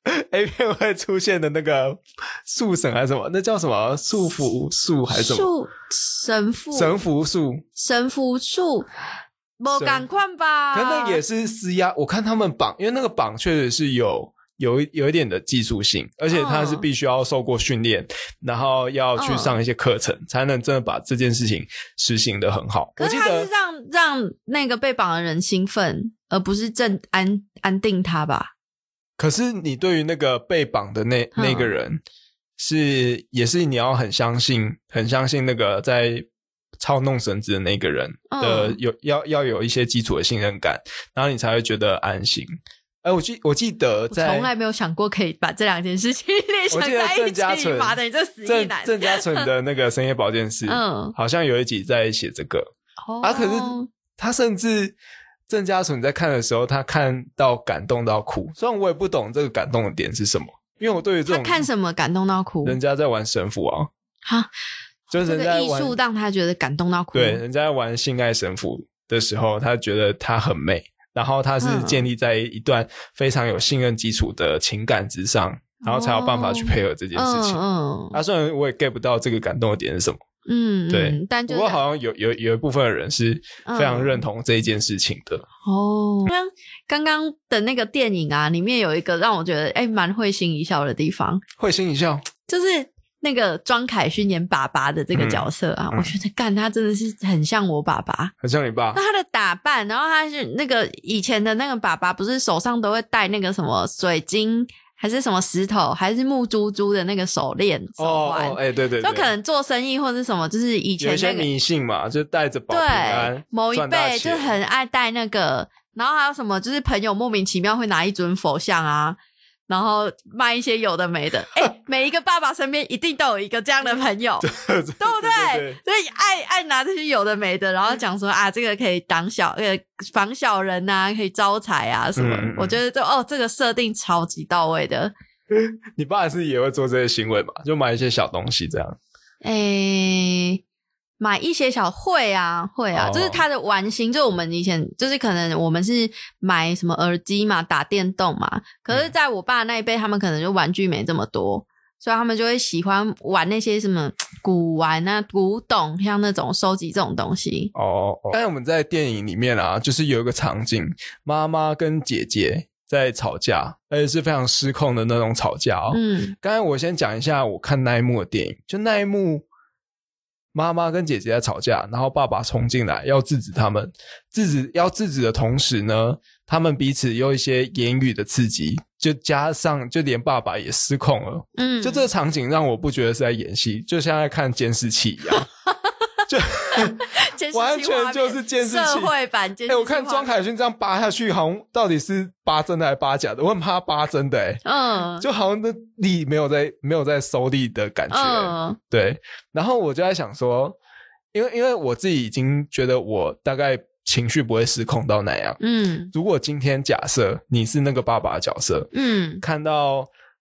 A 片会出现的那个束绳还是什么？那叫什么？束缚束还是什么？ 束神父神符束神符束。没赶快吧？ 可那也是施压。我看他们绑，因为那个绑确实是有。有一有一点的技术性，而且他是必须要受过训练、哦、然后要去上一些课程、哦、才能真的把这件事情实行得很好。 可是他是让让那个被绑的人兴奋，而不是正安安定他吧？ 可是你对于那个被绑的那那个人是也是你要很相信很相信那个在操弄绳子的那个人的、嗯、有要要有一些基础的信任感，然后你才会觉得安心。哎，我记我记得在， 我从来没有想过可以把这两件事情联想在一起。妈的，你这死意男！ 郑家纯的那个深夜保健室，嗯，好像有一集在写这个。哦、啊，可是他甚至郑家纯在看的时候，他看到感动到哭。虽然我也不懂这个感动的点是什么，因为我对于这种他看什么感动到哭， 人家在玩神符啊， 哈， 就是人家这个艺术让他觉得感动到哭。 对，人家在玩性爱神符的时候，他觉得他很美。然后他是建立在一段非常有信任基础的情感之上、嗯、然后才有办法去配合这件事情。嗯嗯、啊，虽然我也 get 不到这个感动的点是什么，嗯，对，嗯、但就是不过好像有有有一部分的人是非常认同这一件事情的。 嗯、哦，刚刚的那个电影啊，里面有一个让我觉得哎蛮会心一笑的地方。 会心一笑， 就是。那个庄凯勋演爸爸的这个角色啊、嗯嗯、我觉得干他真的是很像我爸爸， 很像你爸。 那他的打扮，然后他是那个以前的那个爸爸不是手上都会戴那个什么水晶还是什么石头还是木珠珠的那个手链手环， 哦，哎、欸，对对对， 就可能做生意或是什么，就是以前、那个、 有一些迷信嘛，就带着保平安， 对，某一辈就很爱戴那个，然后还有什么就是朋友莫名其妙会拿一尊佛像啊然后卖一些有的没的，哎，每一个爸爸身边一定都有一个这样的朋友，对不对？所以爱爱拿这些有的没的，然后讲说啊，这个可以挡小呃防小人啊，可以招财啊什么。嗯、我觉得这哦，这个设定超级到位的。 你爸是也会做这些行为嘛？就买一些小东西这样。 诶。买一些小会啊会啊、哦、就是他的玩心，就我们以前就是可能我们是买什么耳机嘛打电动嘛，可是在我爸那一辈他们可能就玩具没这么多，所以他们就会喜欢玩那些什么古玩啊古董，像那种收集这种东西。 哦哦，刚才我们在电影里面啊，就是有一个场景，妈妈跟姐姐在吵架，而且是非常失控的那种吵架哦。嗯，刚才我先讲一下我看那一幕的电影，就那一幕妈妈跟姐姐在吵架，然后爸爸冲进来要制止他们，制止要制止的同时呢，他们彼此有一些言语的刺激，就加上就连爸爸也失控了。嗯，就这个场景让我不觉得是在演戏，就像在看监视器一样。就完全就是监视器社会版监视器。 欸，我看庄凯勋这样扒下去，好像到底是扒真的还是扒假的？我很怕扒真的。欸，嗯，就好像那力没有在没有在收力的感觉。嗯，对。然后我就在想说，因为因为我自己已经觉得我大概情绪不会失控到那样。嗯，如果今天假设你是那个爸爸的角色，嗯，看到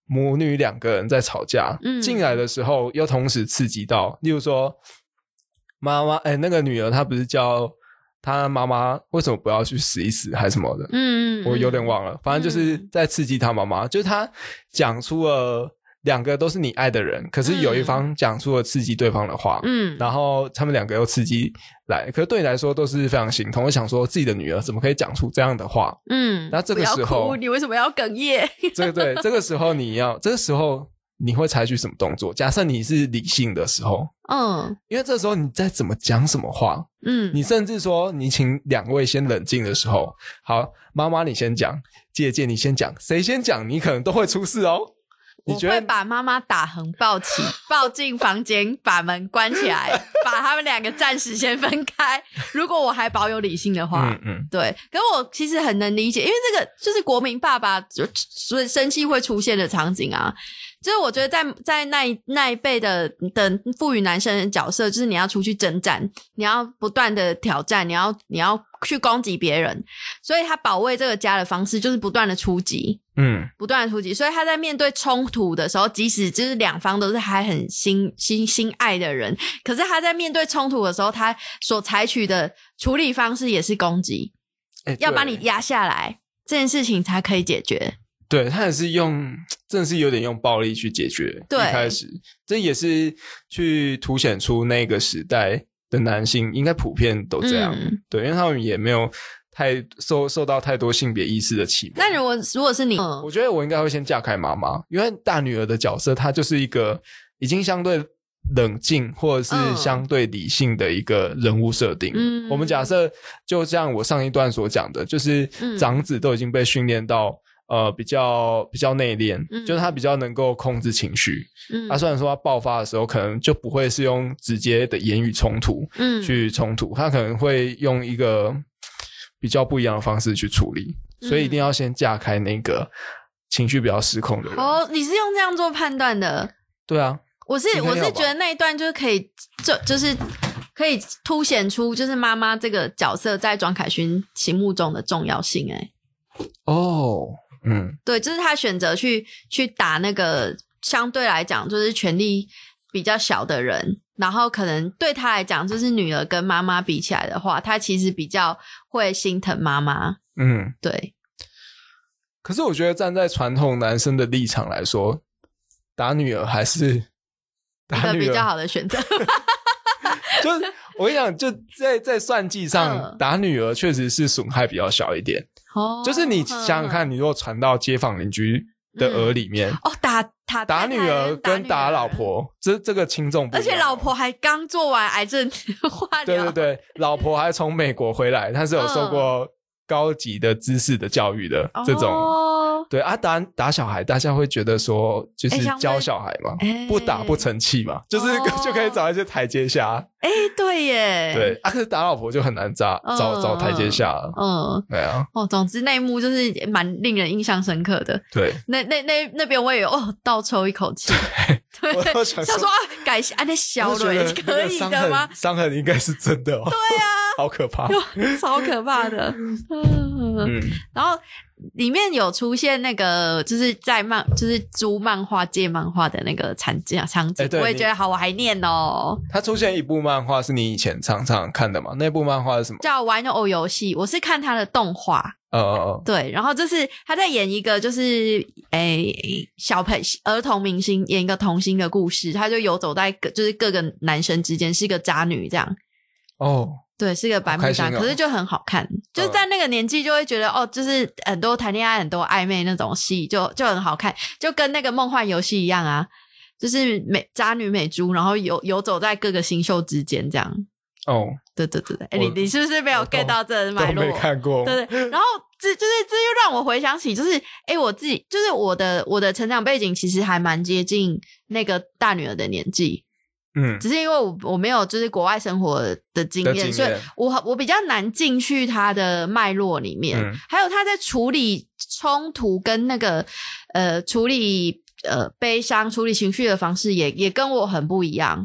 母女两个人在吵架， 嗯， 进来的时候又同时刺激到，例如说妈妈，哎，那个女儿她不是叫她妈妈为什么不要去死一死还是什么的， 嗯， 我有点忘了，反正就是在刺激她妈妈，嗯，就是她讲出了两个都是你爱的人，可是有一方讲出了刺激对方的话，嗯，然后他们两个又刺激来，可是对你来说都是非常心痛，我想说自己的女儿怎么可以讲出这样的话，嗯，那这个时候不要哭，你为什么要哽咽？ 对对，这个时候你要这个时候你会采取什么动作？假设你是理性的时候，嗯，因为这时候你再怎么讲什么话，嗯，你甚至说你请两位先冷静的时候，好，妈妈你先讲，姐姐你先讲，谁先讲你可能都会出事哦。 我会把妈妈打横抱起，抱进房间，把门关起来，把他们两个暂时先分开。如果我还保有理性的话，嗯嗯，对。可是我其实很能理解，因为这个就是国民爸爸所以生气会出现的场景啊。就是我觉得在在那一那一辈的的赋予男生的角色，就是你要出去征战，你要不断的挑战，你要你要去攻击别人，所以他保卫这个家的方式就是不断的出击，嗯，不断的出击，所以他在面对冲突的时候，即使就是两方都是还很心心心爱的人，可是他在面对冲突的时候，他所采取的处理方式也是攻击，欸，要把你压下来，这件事情才可以解决。 对，他也是用真的是有点用暴力去解决， 对， 一开始这也是去凸显出那个时代的男性应该普遍都这样，嗯，对，因为他们也没有太受受到太多性别意识的启蒙。 那如果如果是你， 我觉得我应该会先嫁开妈妈，因为大女儿的角色她就是一个已经相对冷静或者是相对理性的一个人物设定，嗯，我们假设就像我上一段所讲的，就是长子都已经被训练到呃，比较比较内敛，嗯，就是他比较能够控制情绪。嗯，他虽然说他爆发的时候，可能就不会是用直接的言语冲突，嗯，去冲突，他可能会用一个比较不一样的方式去处理，嗯，所以一定要先架开那个情绪比较失控的人。 哦，你是用这样做判断的？ 对啊， 我是我是觉得那一段就是可以，就就是可以凸显出就是妈妈这个角色在庄凯勋心目中的重要性。哎， 哦。嗯， 对，就是他选择去去打那个相对来讲就是权力比较小的人，然后可能对他来讲就是女儿跟妈妈比起来的话，他其实比较会心疼妈妈。嗯，对。 可是我觉得站在传统男生的立场来说，打女儿还是打女儿一个比较好的选择。 就是我跟你讲，就在在算计上，嗯，打女儿确实是损害比较小一点。哦，就是你想想看，你如果传到街坊邻居的耳里面，嗯， 哦，打打打女儿跟打老婆，这这个轻重不一样， 而且老婆还刚做完癌症化疗， 对对对，老婆还从美国回来，她是有受过高级的知识的教育的，嗯，这种。哦，对啊，打打小孩，大家会觉得说，就是教小孩嘛，欸，不打不成器嘛，就是，哦，就可以找一些台阶下。 哎，欸，对耶， 对啊，可是打老婆就很难找，嗯，找找台阶下了。嗯，对啊。 哦，总之那一幕就是蛮令人印象深刻的。 对， 那那那那边我也有哦，倒抽一口气。对，对，想说啊，改啊，那小蕊可以的吗？ 伤痕应该是真的哦。 对啊， 好可怕， 超可怕的。嗯，然后里面有出现那个就是在漫就是租漫画借漫画的那个场景场景，欸，我也觉得好怀念哦。 他出现一部漫画是你以前常常看的吗？那部漫画是什么？ 叫玩偶游戏，我是看他的动画。 哦哦哦， 对，然后这是他在演一个就是诶小朋儿童明星演一个童星的故事，他就游走在各就是各个男生之间，是一个渣女这样。 哦。 对，是个白目渣，哦，可是就很好看，就是在那个年纪就会觉得，嗯，哦，就是很多谈恋爱很多暧昧那种戏就就很好看，就跟那个梦幻游戏一样啊，就是美渣女美猪，然后游游走在各个星宿之间这样。 哦， 对对对对，哎，你你是不是没有 get 到这脉络？ 没看过。 对对，然后这就是这又让我回想起，就是哎，我自己就是我的我的成长背景其实还蛮接近那个大女儿的年纪。嗯，只是因为我我没有就是国外生活的经验，所以我我比较难进去他的脉络里面，嗯，还有他在处理冲突跟那个呃处理呃悲伤处理情绪的方式也也跟我很不一样。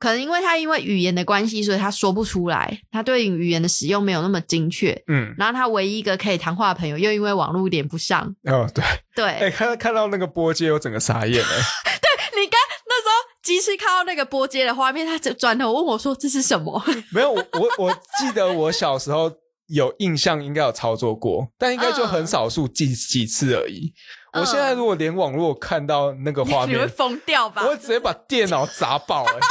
可能因为他因为语言的关系，所以他说不出来，他对语言的使用没有那么精确。嗯，然后他唯一一个可以谈话的朋友，又因为网络连不上。 哦，对对， 哎、欸，看看到那个波接，我整个傻眼了。 对，你刚那时候鸡翅看到那个波接的画面，他转头问我说：“这是什么？” 没有，我我我记得我小时候有印象，应该有操作过，但应该就很少数几、嗯、几次而已。我现在如果连网络看到那个画面， 你会疯掉吧？ 我会直接把电脑砸爆、欸。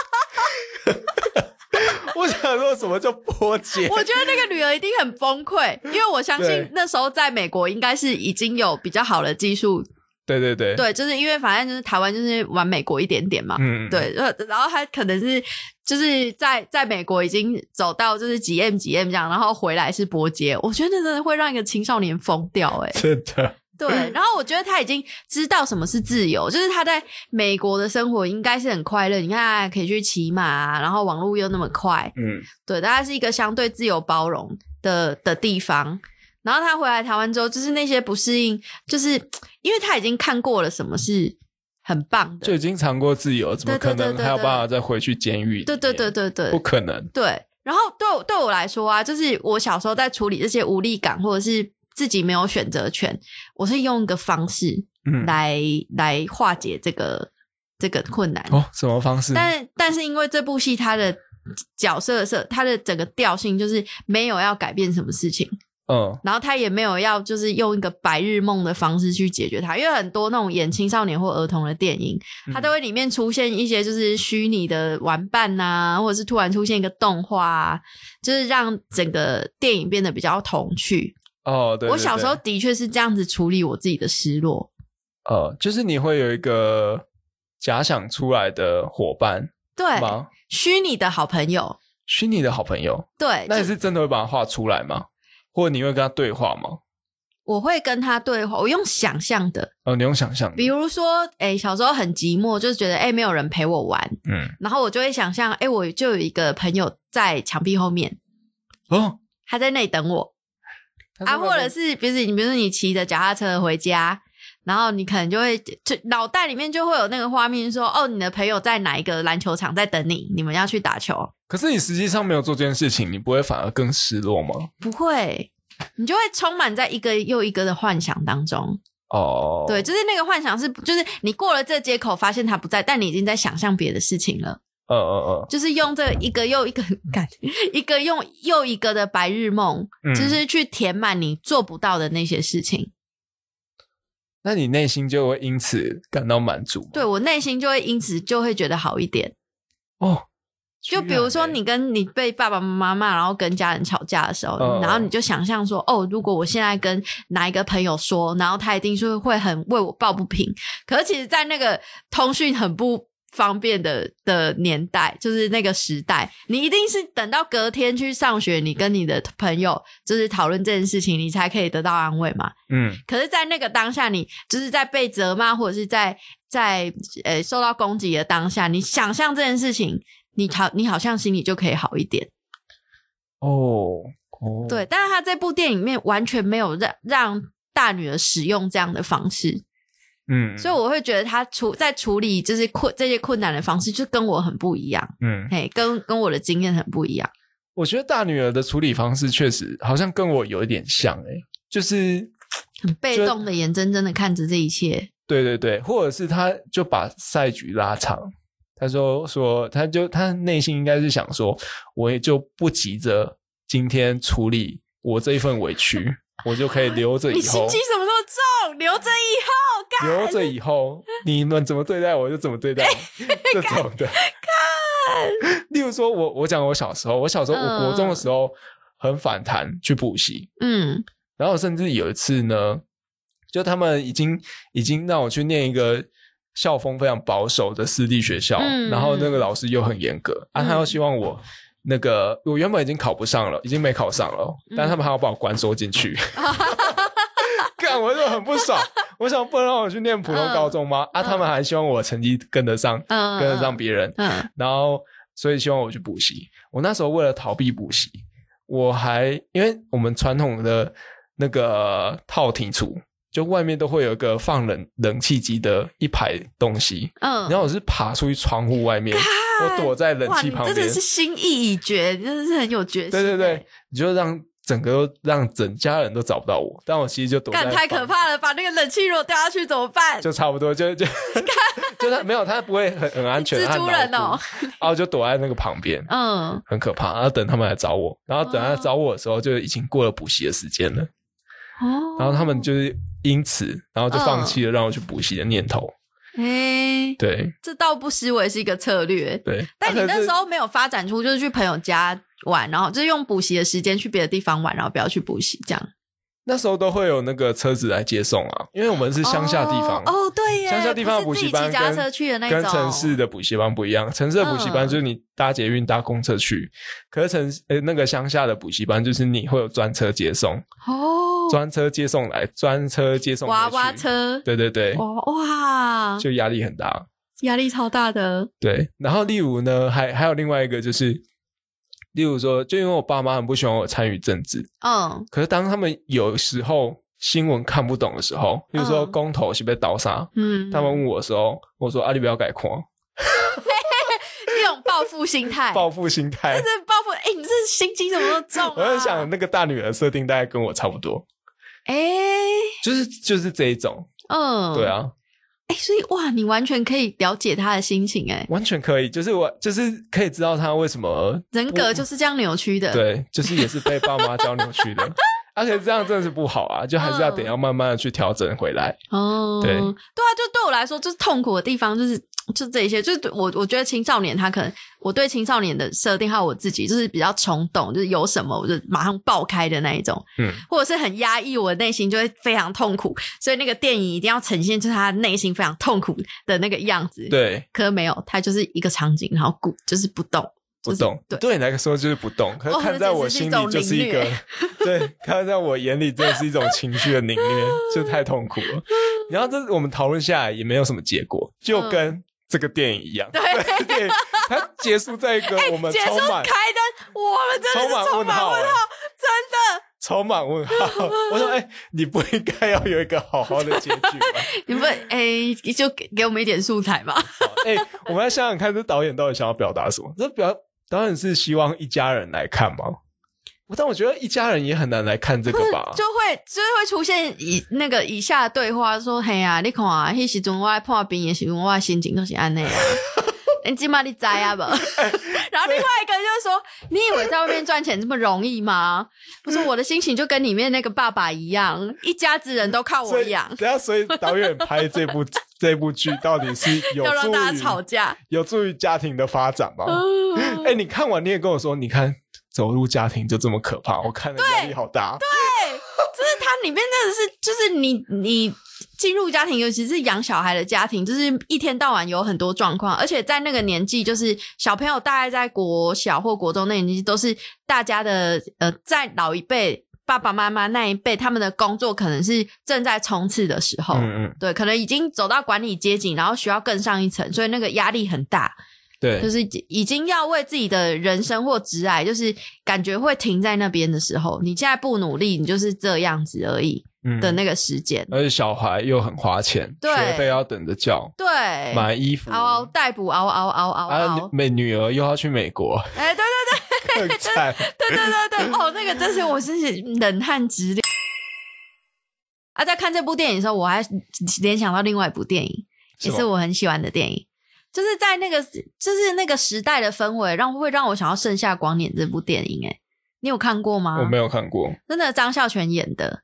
我想说什么叫波接？ 我觉得那个女儿一定很崩溃，因为我相信那时候在美国应该是已经有比较好的技术。 对对对， 对，就是因为反正就是台湾就是玩美国一点点嘛，嗯，对，然后他可能是就是在在美国已经走到就是几 M 几 M 这样，然后回来是波接，我觉得真的会让一个青少年疯掉，哎， 真的。 对，然后我觉得他已经知道什么是自由，就是他在美国的生活应该是很快乐，你看他可以去骑马啊，然后网络又那么快，嗯，对，大概是一个相对自由包容的的地方。然后他回来台湾之后，就是那些不适应，就是因为他已经看过了什么是很棒的， 就已经尝过自由，怎么可能还有办法再回去监狱？ 对对对对对， 不可能。 对，然后对我对我来说啊，就是我小时候在处理这些无力感或者是自己没有选择权，我是用一个方式来、嗯、来化解这个这个困难。 哦，什么方式？ 但但是因为这部戏它的角色色，它的整个调性就是没有要改变什么事情。嗯，然后他也没有要就是用一个白日梦的方式去解决它，因为很多那种演青少年或儿童的电影，它都会里面出现一些就是虚拟的玩伴啊，或者是突然出现一个动画啊，就是让整个电影变得比较童趣。 哦，对对对， 我小时候的确是这样子处理我自己的失落。 呃，就是你会有一个假想出来的伙伴， 对吗？虚拟的好朋友， 虚拟的好朋友， 对， 那你是真的会把它画出来吗？或者你会跟他对话吗？ 我会跟他对话，我用想象的。 哦，你用想象的。 比如说，诶，小时候很寂寞，就是觉得诶没有人陪我玩，嗯，然后我就会想象，诶我就有一个朋友在墙壁后面，哦，他在那里等我啊，或者是比如你比如说你骑着脚踏车回家，然后你可能就会就脑袋里面就会有那个画面说，哦，你的朋友在哪一个篮球场在等你，你们要去打球。 可是你实际上没有做这件事情，你不会反而更失落吗？ 不会，你就会充满在一个又一个的幻想当中。哦，对，就是那个幻想是，就是你过了这街口发现他不在，但你已经在想象别的事情了。嗯嗯嗯，就是用这一个又一个感，一个用又一个的白日梦，嗯，就是去填满你做不到的那些事情。 那你内心就会因此感到满足吗？ 对，我内心就会因此就会觉得好一点。哦。就比如说你跟你被爸爸妈妈骂，然后跟家人吵架的时候，嗯，然后你就想象说，哦，如果我现在跟哪一个朋友说，然后他一定是会很为我抱不平。可是其实在那个通讯很不方便的的年代，就是那个时代，你一定是等到隔天去上学，你跟你的朋友就是讨论这件事情，你才可以得到安慰嘛。嗯，可是在那个当下，你就是在被责骂或者是在在呃受到攻击的当下，你想象这件事情，你好，你好像心里就可以好一点。哦哦，对，但是他这部电影里面完全没有让让大女儿使用这样的方式。嗯，所以我会觉得他处在处理就是困这些困难的方式，就跟我很不一样。嗯，嘿，跟跟我的经验很不一样。 我觉得大女儿的处理方式确实好像跟我有一点像，诶，就是很被动的眼睁睁的看着这一切。 对对对，或者是他就把赛局拉长。他说说他就他内心应该是想说，我也就不急着今天处理我这一份委屈，我就可以留着以后。 你心机怎么那么重？留着以后， 留着以后你们怎么对待我就怎么对待我这种的。看，例如说我我讲我小时候，我小时候、嗯、我国中的时候很反弹去补习，嗯，然后甚至有一次呢，就他们已经已经让我去念一个校风非常保守的私立学校，嗯，然后那个老师又很严格，嗯，啊，他又希望我那个我原本已经考不上了，已经没考上了，嗯，但他们还要把我关收进去。干，我就很不爽，我想不能让我去念普通高中吗？嗯，啊，他们还希望我成绩跟得上，嗯，跟得上别人，嗯，然后所以希望我去补习。我那时候为了逃避补习，我还因为我们传统的那个套体处，就外面都会有一个放冷冷气机的一排东西，嗯，然后我是爬出去窗户外面， 我躲在冷气旁边， 真的是心意已决，真的是很有决心。 对对对，你就让整个都让整家人都找不到我，但我其实就躲在干太可怕了，把那个冷气如果掉下去怎么办？ 就差不多就就就他没有，他不会很很安全， 蜘蛛人哦， 然后就躲在那个旁边，嗯，很可怕。然后等他们来找我，然后等他来找我的时候，就已经过了补习的时间了。哦，然后他们就是因此，然后就放弃了让我去补习的念头。 哎、欸， 对， 这倒不失为是一个策略。 对， 但你那时候没有发展出就是去朋友家玩，然后就是用补习的时间去别的地方玩，然后不要去补习这样。 那时候都会有那个车子来接送啊，因为我们是乡下地方。 哦，哦对耶， 乡下地方的补习班跟自己骑脚踏车去的那种， 跟城市的补习班不一样。城市的补习班就是你搭捷运搭公车去，嗯、可是城呃那个乡下的补习班就是你会有专车接送。哦，专车接送来，专车接送回去。 娃娃车。 对对对。 哇哇， 就压力很大， 压力超大的。 对，然后例如呢，还还有另外一个就是。例如说，就因为我爸妈很不喜欢我参与政治，嗯，可是当他们有时候新闻看不懂的时候，例如说公投是被倒啥，嗯，他们问我的时候，我说啊，你不要改看， 这种报复心态， 报复心态， 这是报复，哎、欸，你这心机怎么那么重啊？ 我在想，那个大女儿设定大概跟我差不多，哎、欸，就是就是这一种，嗯，对啊。 哎、欸，所以哇，你完全可以了解他的心情，哎， 完全可以，就是我就是可以知道他为什么人格就是这样扭曲的， 对，就是也是被爸妈教扭曲的，而且、啊、这样真的是不好啊，就还是要得要慢慢的去调整回来。哦，对，对啊，就对我来说，就是痛苦的地方就是就这一些，就是我我觉得青少年他可能我对青少年的设定还有我自己就是比较冲动，就是有什么我就马上爆开的那一种，嗯，或者是很压抑，我的内心就会非常痛苦，所以那个电影一定要呈现就是他内心非常痛苦的那个样子。 对， 可是没有，他就是一个场景，然后鼓就是不动。 不动，就是、对, 对你来说就是不动，可是看在我心里就是一个，哦、一对，看在我眼里真的是一种情绪的凌虐，就太痛苦了。然后这我们讨论下来也没有什么结果，就跟这个电影一样，嗯、对，电影它结束在一个我们充满、欸、 开灯，我们真的是充满问号、欸，真的充满问号。我说，哎、欸，你不应该要有一个好好的结局吗？ 你不，哎、欸，就给给我们一点素材嘛。 哎、欸，我们来想想看，这导演到底想要表达什么？这表。当然是希望一家人来看嘛，但我觉得一家人也很难来看这个吧， 就会就是会出现以那个以下的对话说，嘿啊，你看啊，迄时阵我在破冰的时候，我的心情都是安内啊，你起码你知啊不？然后另外一个就是说，你以为在外面赚钱这么容易吗？不是，我的心情就跟里面那个爸爸一样，一家子人都靠我养。 等一下，所以导演拍这部这部剧到底是有助于要让大家吵架， 有助于家庭的发展吗？哎、欸，你看完你也跟我说，你看走入家庭就这么可怕，我看了压力好大。 对，就是它里面真的是，就是你你进入家庭，尤其是养小孩的家庭，就是一天到晚有很多状况，而且在那个年纪，就是小朋友大概在国小或国中那年纪，都是大家的呃，在老一辈。爸爸妈妈那一辈，他们的工作可能是正在冲刺的时候，嗯嗯，对，可能已经走到管理阶级，然后需要更上一层，所以那个压力很大， 对， 就是已经要为自己的人生或职涯，就是感觉会停在那边的时候，你现在不努力，你就是这样子而已的那个时间、 嗯，而且小孩又很花钱， 对， 学费要等着交， 对， 买衣服， 嗷嗷待哺，嗷嗷嗷嗷嗷， 美女儿又要去美国， 哎、欸，对对对。 很惨， 对对对对，哦，那个真是我真是冷汗直流啊！在看这部电影的时候，我还联想到另外一部电影，也是我很喜欢的电影，就是在那个就是那个时代的氛围，让会让我想要《盛夏光年》这部电影。哎，你有看过吗？ 我没有看过， 真的，张孝全演的。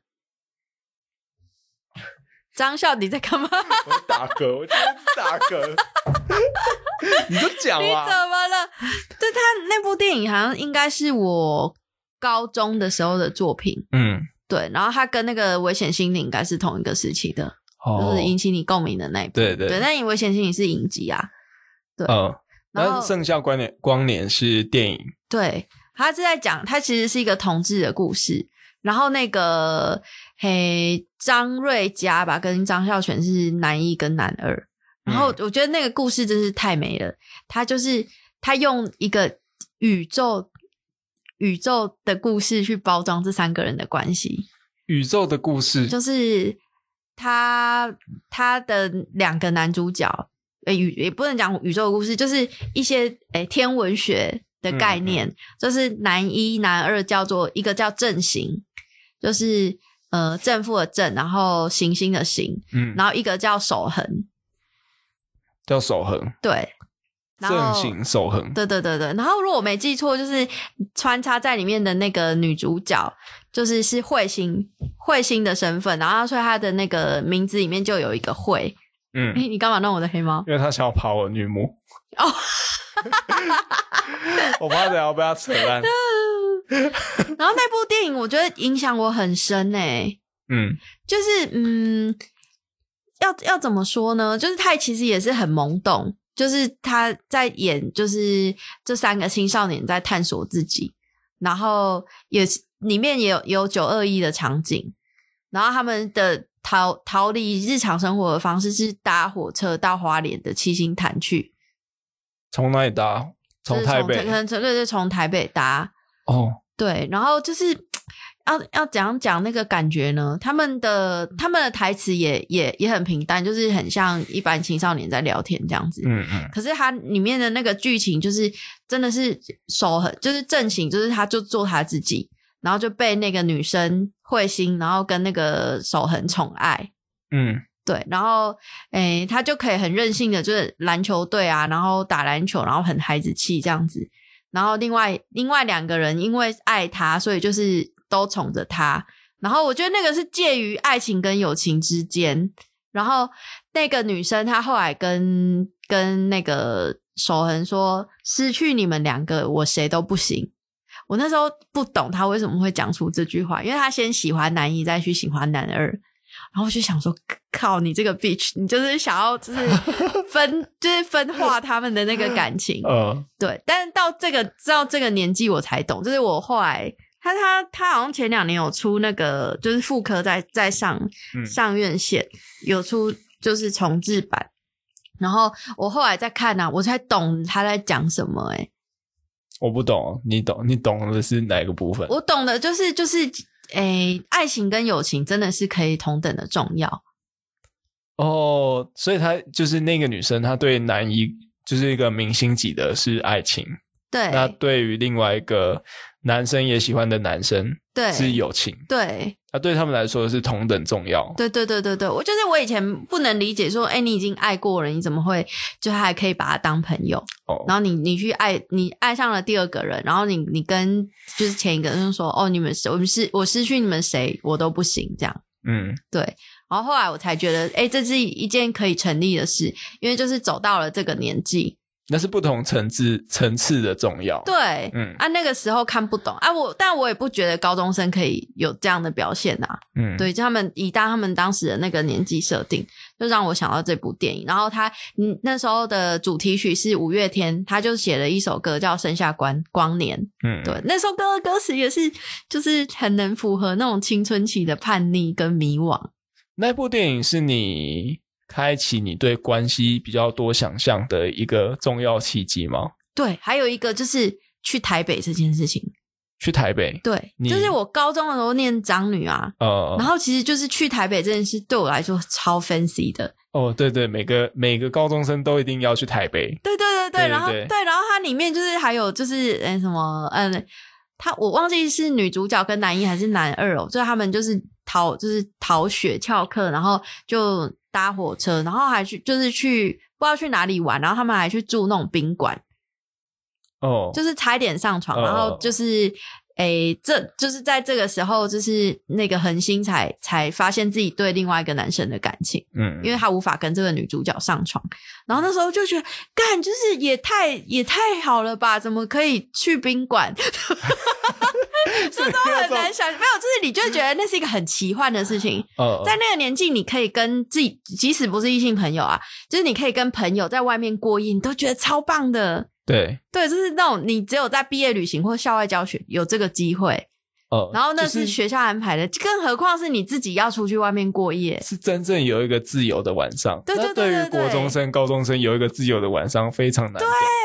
张孝，你在干嘛？ 我在打嗝，我今天是打嗝。你就讲啊！ 你怎么了？就他那部电影好像应该是我高中的时候的作品，嗯，对。然后他跟那个《危险心灵》应该是同一个时期的，哦、就是引起你共鸣的那一部。 对对对。 那《危险心灵》是影集啊，对。 嗯，然后《盛夏光年》光年是电影， 对，他是在讲，他其实是一个同志的故事。然后那个嘿张瑞佳吧，跟张孝全是男一跟男二。然后我觉得那个故事真是太美了，他就是他用一个宇宙宇宙的故事去包装这三个人的关系。 宇宙的故事就是他他的两个男主角， 呃宇也不能讲宇宙的故事，就是一些诶天文学的概念，嗯嗯就是男一男二叫做一个叫正行，就是呃正负的正，然后行星的行，嗯，然后一个叫守恒， 叫守恒， 对。 正行守恒， 对对对对，然后如果我没记错，就是穿插在里面的那个女主角，就是是彗星彗星的身份，然后所以她的那个名字里面就有一个彗。嗯，诶你干嘛弄我的黑猫？ 因为她想要爬我女母。哦，我怕等下被她扯烂。 然后那部电影我觉得影响我很深诶。嗯，就是嗯，要要怎么说呢？就是他其实也是很懵懂。就是他在演，就是这三个青少年在探索自己，然后也里面也有有九二一的场景，然后他们的逃逃离日常生活的方式是搭火车到花莲的七星潭去。 从哪里搭？从台北？ 可能对对，从台北搭。哦，对，然后就是。要要怎样讲那个感觉呢？他们的他们的台词也也也很平淡，就是很像一般青少年在聊天这样子。嗯嗯。可是它里面的那个剧情就是真的是守恒，就是正行，就是他就做他自己，然后就被那个女生彗星，然后跟那个守恒宠爱。嗯，对，然后诶，他就可以很任性的，就是篮球队啊，然后打篮球，然后很孩子气这样子。然后另外另外两个人因为爱他，所以就是。都宠着他，然后我觉得那个是介于爱情跟友情之间，然后那个女生她后来跟跟那个守恒说，失去你们两个我谁都不行。我那时候不懂她为什么会讲出这句话，因为她先喜欢男一再去喜欢男二，然后我就想说靠你这个 bitch， 你就是想要就是分就是分化他们的那个感情。呃，对，但是到这个到这个年纪我才懂，就是我后来他他他好像前两年有出那个就是妇科在在上、嗯、上院线有出就是重制版，然后我后来再看啊我才懂他在讲什么。诶、欸、 我不懂，你懂你懂的是哪个部分？ 我懂的就是就是诶、欸、爱情跟友情真的是可以同等的重要。 哦，所以他就是那个女生她对男一就是一个明星级的是爱情， 对， 那对于另外一个男生也喜欢的男生， 对， 是友情， 对， 那对他们来说是同等重要。 对对对对对，我就是我以前不能理解说，哎，你已经爱过人，你怎么会就还可以把他当朋友？哦，然后你你去爱，你爱上了第二个人，然后你你跟就是前一个人说，哦，你们我们是我失去你们谁我都不行这样，嗯，对。然后后来我才觉得，哎，这是一件可以成立的事，因为就是走到了这个年纪。 那是不同层次层次的重要。 对，嗯，啊，那个时候看不懂啊，我但我也不觉得高中生可以有这样的表现啊。嗯，对，就他们以当他们当时的那个年纪设定，就让我想到这部电影。然后他，嗯，那时候的主题曲是五月天，他就写了一首歌叫《盛夏光光年》。嗯，对，那首歌的歌词也是，就是很能符合那种青春期的叛逆跟迷惘。 那部电影是你开启你对关系比较多想象的一个重要契机吗？ 对，还有一个就是去台北这件事情。 去台北？ 对，就是我高中的时候念彰女啊，呃，然后其实就是去台北这件事对我来说超 fancy 的。 哦，对对，每个每个高中生都一定要去台北。 对对对 对, 对, 对，然后对，然后它里面就是还有就是嗯什么嗯。他我忘记是女主角跟男一还是男二哦，所以他们就是逃就是逃学翘课，然后就搭火车，然后还去就是去不知道去哪里玩，然后他们还去住那种宾馆哦，就是差一点上床，哦、然后就是诶，这就是在这个时候，就是那个恒星才才发现自己对另外一个男生的感情，嗯，因为他无法跟这个女主角上床，然后那时候就觉得，干，就是也太也太好了吧，怎么可以去宾馆？这都很难想，没有，就是你就觉得那是一个很奇幻的事情。哦，在那个年纪，你可以跟自己，即使不是异性朋友啊，就是你可以跟朋友在外面过夜，你都觉得超棒的。 对对，就是那种你只有在毕业旅行或校外教学有这个机会，哦，然后那是学校安排的，就是、更何况是你自己要出去外面过夜， 是真正有一个自由的晚上。 对对对对对， 那对于国中生、高中生有一个自由的晚上非常难得。 对，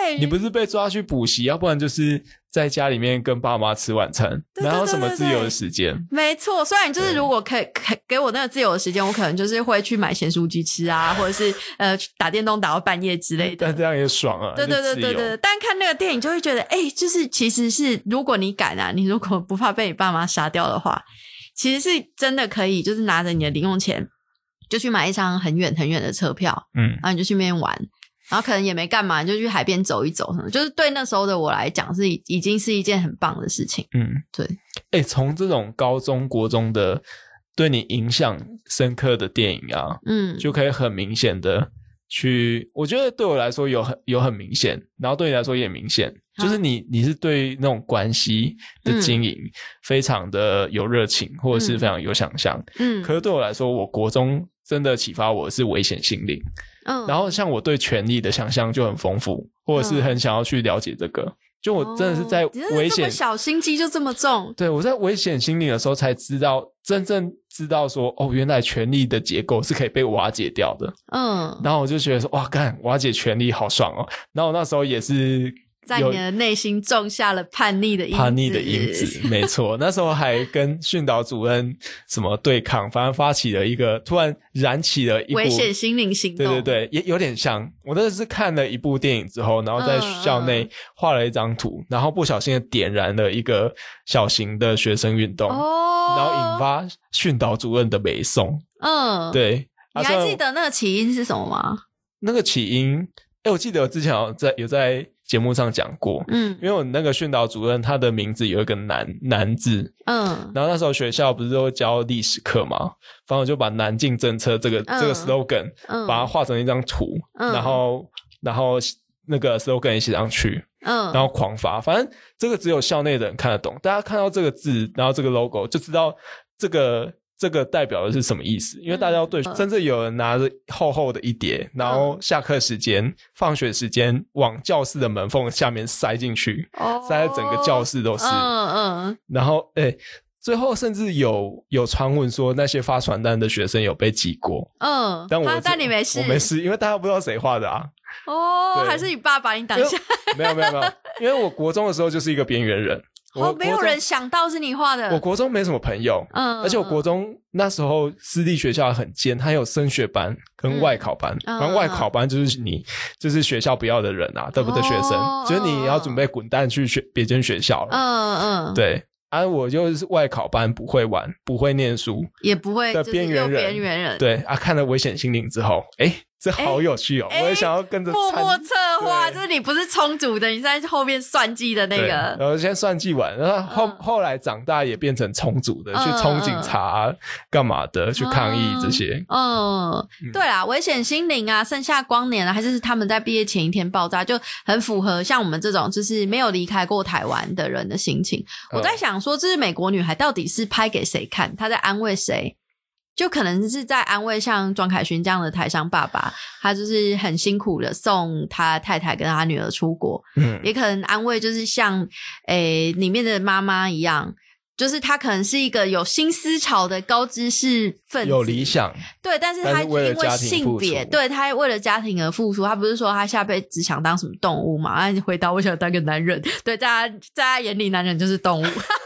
你不是被抓去补习，要不然就是在家里面跟爸妈吃晚餐，哪有什么自由的时间？ 没错，虽然就是如果可以给我那个自由的时间，我可能就是会去买咸酥鸡吃啊，或者是呃打电动打到半夜之类的。 但这样也爽啊！ 对对对对对。但看那个电影就会觉得，哎、欸，就是其实是如果你敢啊，你如果不怕被你爸妈杀掉的话，其实是真的可以，就是拿着你的零用钱就去买一张很远很远的车票，嗯，然后你就去那边玩。然后可能也没干嘛，你就去海边走一走什么，就是对那时候的我来讲是已经是一件很棒的事情。嗯，对。 欸，从这种高中国中的对你影响深刻的电影啊，嗯，就可以很明显的去，我觉得对我来说有很有很明显，然后对你来说也明显，就是你你是对那种关系的经营非常的有热情，嗯，或者是非常有想象。嗯，可是对我来说，我国中真的启发我是危险心灵。嗯，然后像我对权力的想象就很丰富，或者是很想要去了解这个，就我真的是在危险， 哦，小心机就这么重。 对，我在危险心灵的时候才知道，真正知道说，哦，原来权力的结构是可以被瓦解掉的。嗯，然后我就觉得说，哇，干，瓦解权力好爽哦。然后我那时候也是在你的内心种下了叛逆的因子， 叛逆的因子，没错。那时候还跟训导主任什么对抗，反正发起了一个，突然燃起了一部危险心灵行动。 对对对，也有点像。我那是看了一部电影之后，然后在校内画了一张图，嗯嗯，然后不小心的点燃了一个小型的学生运动，哦，然后引发训导主任的北宋。嗯，对。 你还记得那个起因是什么吗？ 那个起因，诶，我记得我之前有在有在节目上讲过，嗯，因为我那个训导主任他的名字有一个南南字，嗯，然后那时候学校不是都教历史课嘛，反正我就把南进政策这个、嗯、这个 slogan，嗯，把它画成一张图，嗯，然后然后那个 slogan 也写上去，嗯，然后狂发，反正这个只有校内的人看得懂，大家看到这个字，然后这个 logo 就知道这个。这个代表的是什么意思？因为大家对，甚至有人拿着厚厚的一叠，然后下课时间、放学时间往教室的门缝下面塞进去，哦，塞在整个教室都是。嗯嗯。然后，诶，最后甚至有有传闻说那些发传单的学生有被记过。嗯。但我但你没事， 我没事，因为大家不知道谁画的啊。 哦，还是你爸把你挡下？ 没有没有没有，因为我国中的时候就是一个边缘人。 哦，没有人想到是你画的。 我国中没什么朋友，嗯，而且我国中那时候私立学校很尖，它有升学班跟外考班，嗯，反正外考班就是你就是学校不要的人啊，对不对？学生，哦，就是你要准备滚蛋去学别间学校了，嗯嗯，对。啊，我就是外考班，不会玩，不会念书， 也不会的边缘人， 边缘人。 对啊，看了《危险心灵》之后，诶这好有趣哦！我也想要跟着默默策划，就是你不是充足的，你在后面算计的那个。 然后先算计完，然后后、嗯、后来长大也变成充足的，嗯、去冲警察、干、嗯、嘛的，去抗议这些。嗯， 嗯对啦，危险心灵啊，盛夏光年啊，还是他们在毕业前一天爆炸，就很符合像我们这种就是没有离开过台湾的人的心情。嗯、我在想说，这是美国女孩到底是拍给谁看？她在安慰谁？就可能是在安慰像庄凯勋这样的台商爸爸，他就是很辛苦的送他太太跟他女儿出国，嗯，也可能安慰就是像诶里面的妈妈一样，就是他可能是一个有新思潮的高知识分子， 有理想， 对，但是他因为性别，对，他为了家庭而付出，他不是说他下辈子只想当什么动物嘛？他回答我想当个男人，对，在他在他眼里，男人就是动物。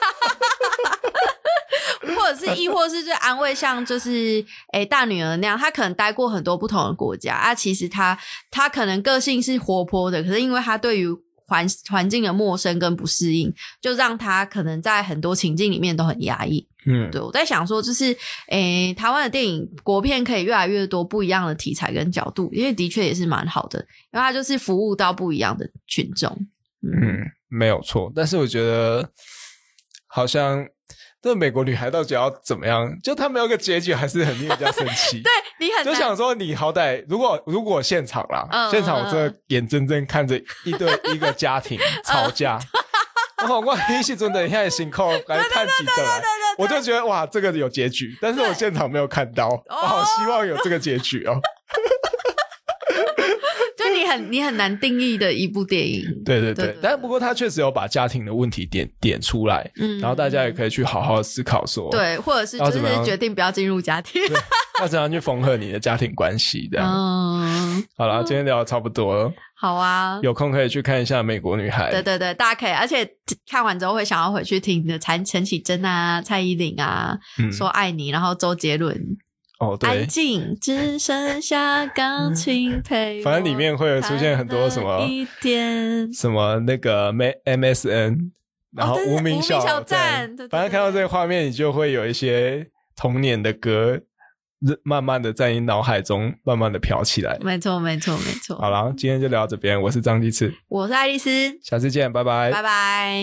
或者是亦或是就安慰像就是诶大女儿那样，她可能待过很多不同的国家啊，其实她她可能个性是活泼的，可是因为她对于环环境的陌生跟不适应，就让她可能在很多情境里面都很压抑。嗯，对，我在想说就是诶台湾的电影国片可以越来越多不一样的题材跟角度，因为的确也是蛮好的，因为它就是服务到不一样的群众。 嗯，嗯没有错，但是我觉得好像这美国女孩到底要怎么样？就她没有个结局，还是很令人家生气。 对你很就想说，你好歹如果如果现场啦，嗯、现场我真的眼睁睁看着一对一个家庭吵架，然后我一起真的现在心扣赶紧看几个来，我就觉得哇，这个有结局，但是我现场没有看到，我好希望有这个结局哦。 就你你很你很难定义的一部电影。 对对 对, 对, 对, 对，但不过他确实有把家庭的问题点点出来，嗯，然后大家也可以去好好思考说， 对，或者是就是决定不要进入家庭， 要怎样去缝合你的家庭关系这样。嗯，好啦，今天聊得差不多了。 好啊， 有空可以去看一下《美国女孩》。 对对对，大家可以，而且看完之后会想要回去听你的陈陈绮贞啊、蔡依林啊、嗯、说爱你，然后周杰伦。 哦，对， 安静，只剩下钢琴陪我。 反正里面会有出现很多什么一点什么那个 M S N， 然后无名小站， 站反正看到这个画面，你就会有一些童年的歌。慢慢的在你脑海中慢慢的飘起来。 没错没错没错。 好啦，今天就聊到这边，我是张鸡翅， 我是爱丽丝， 下次见，拜拜拜拜。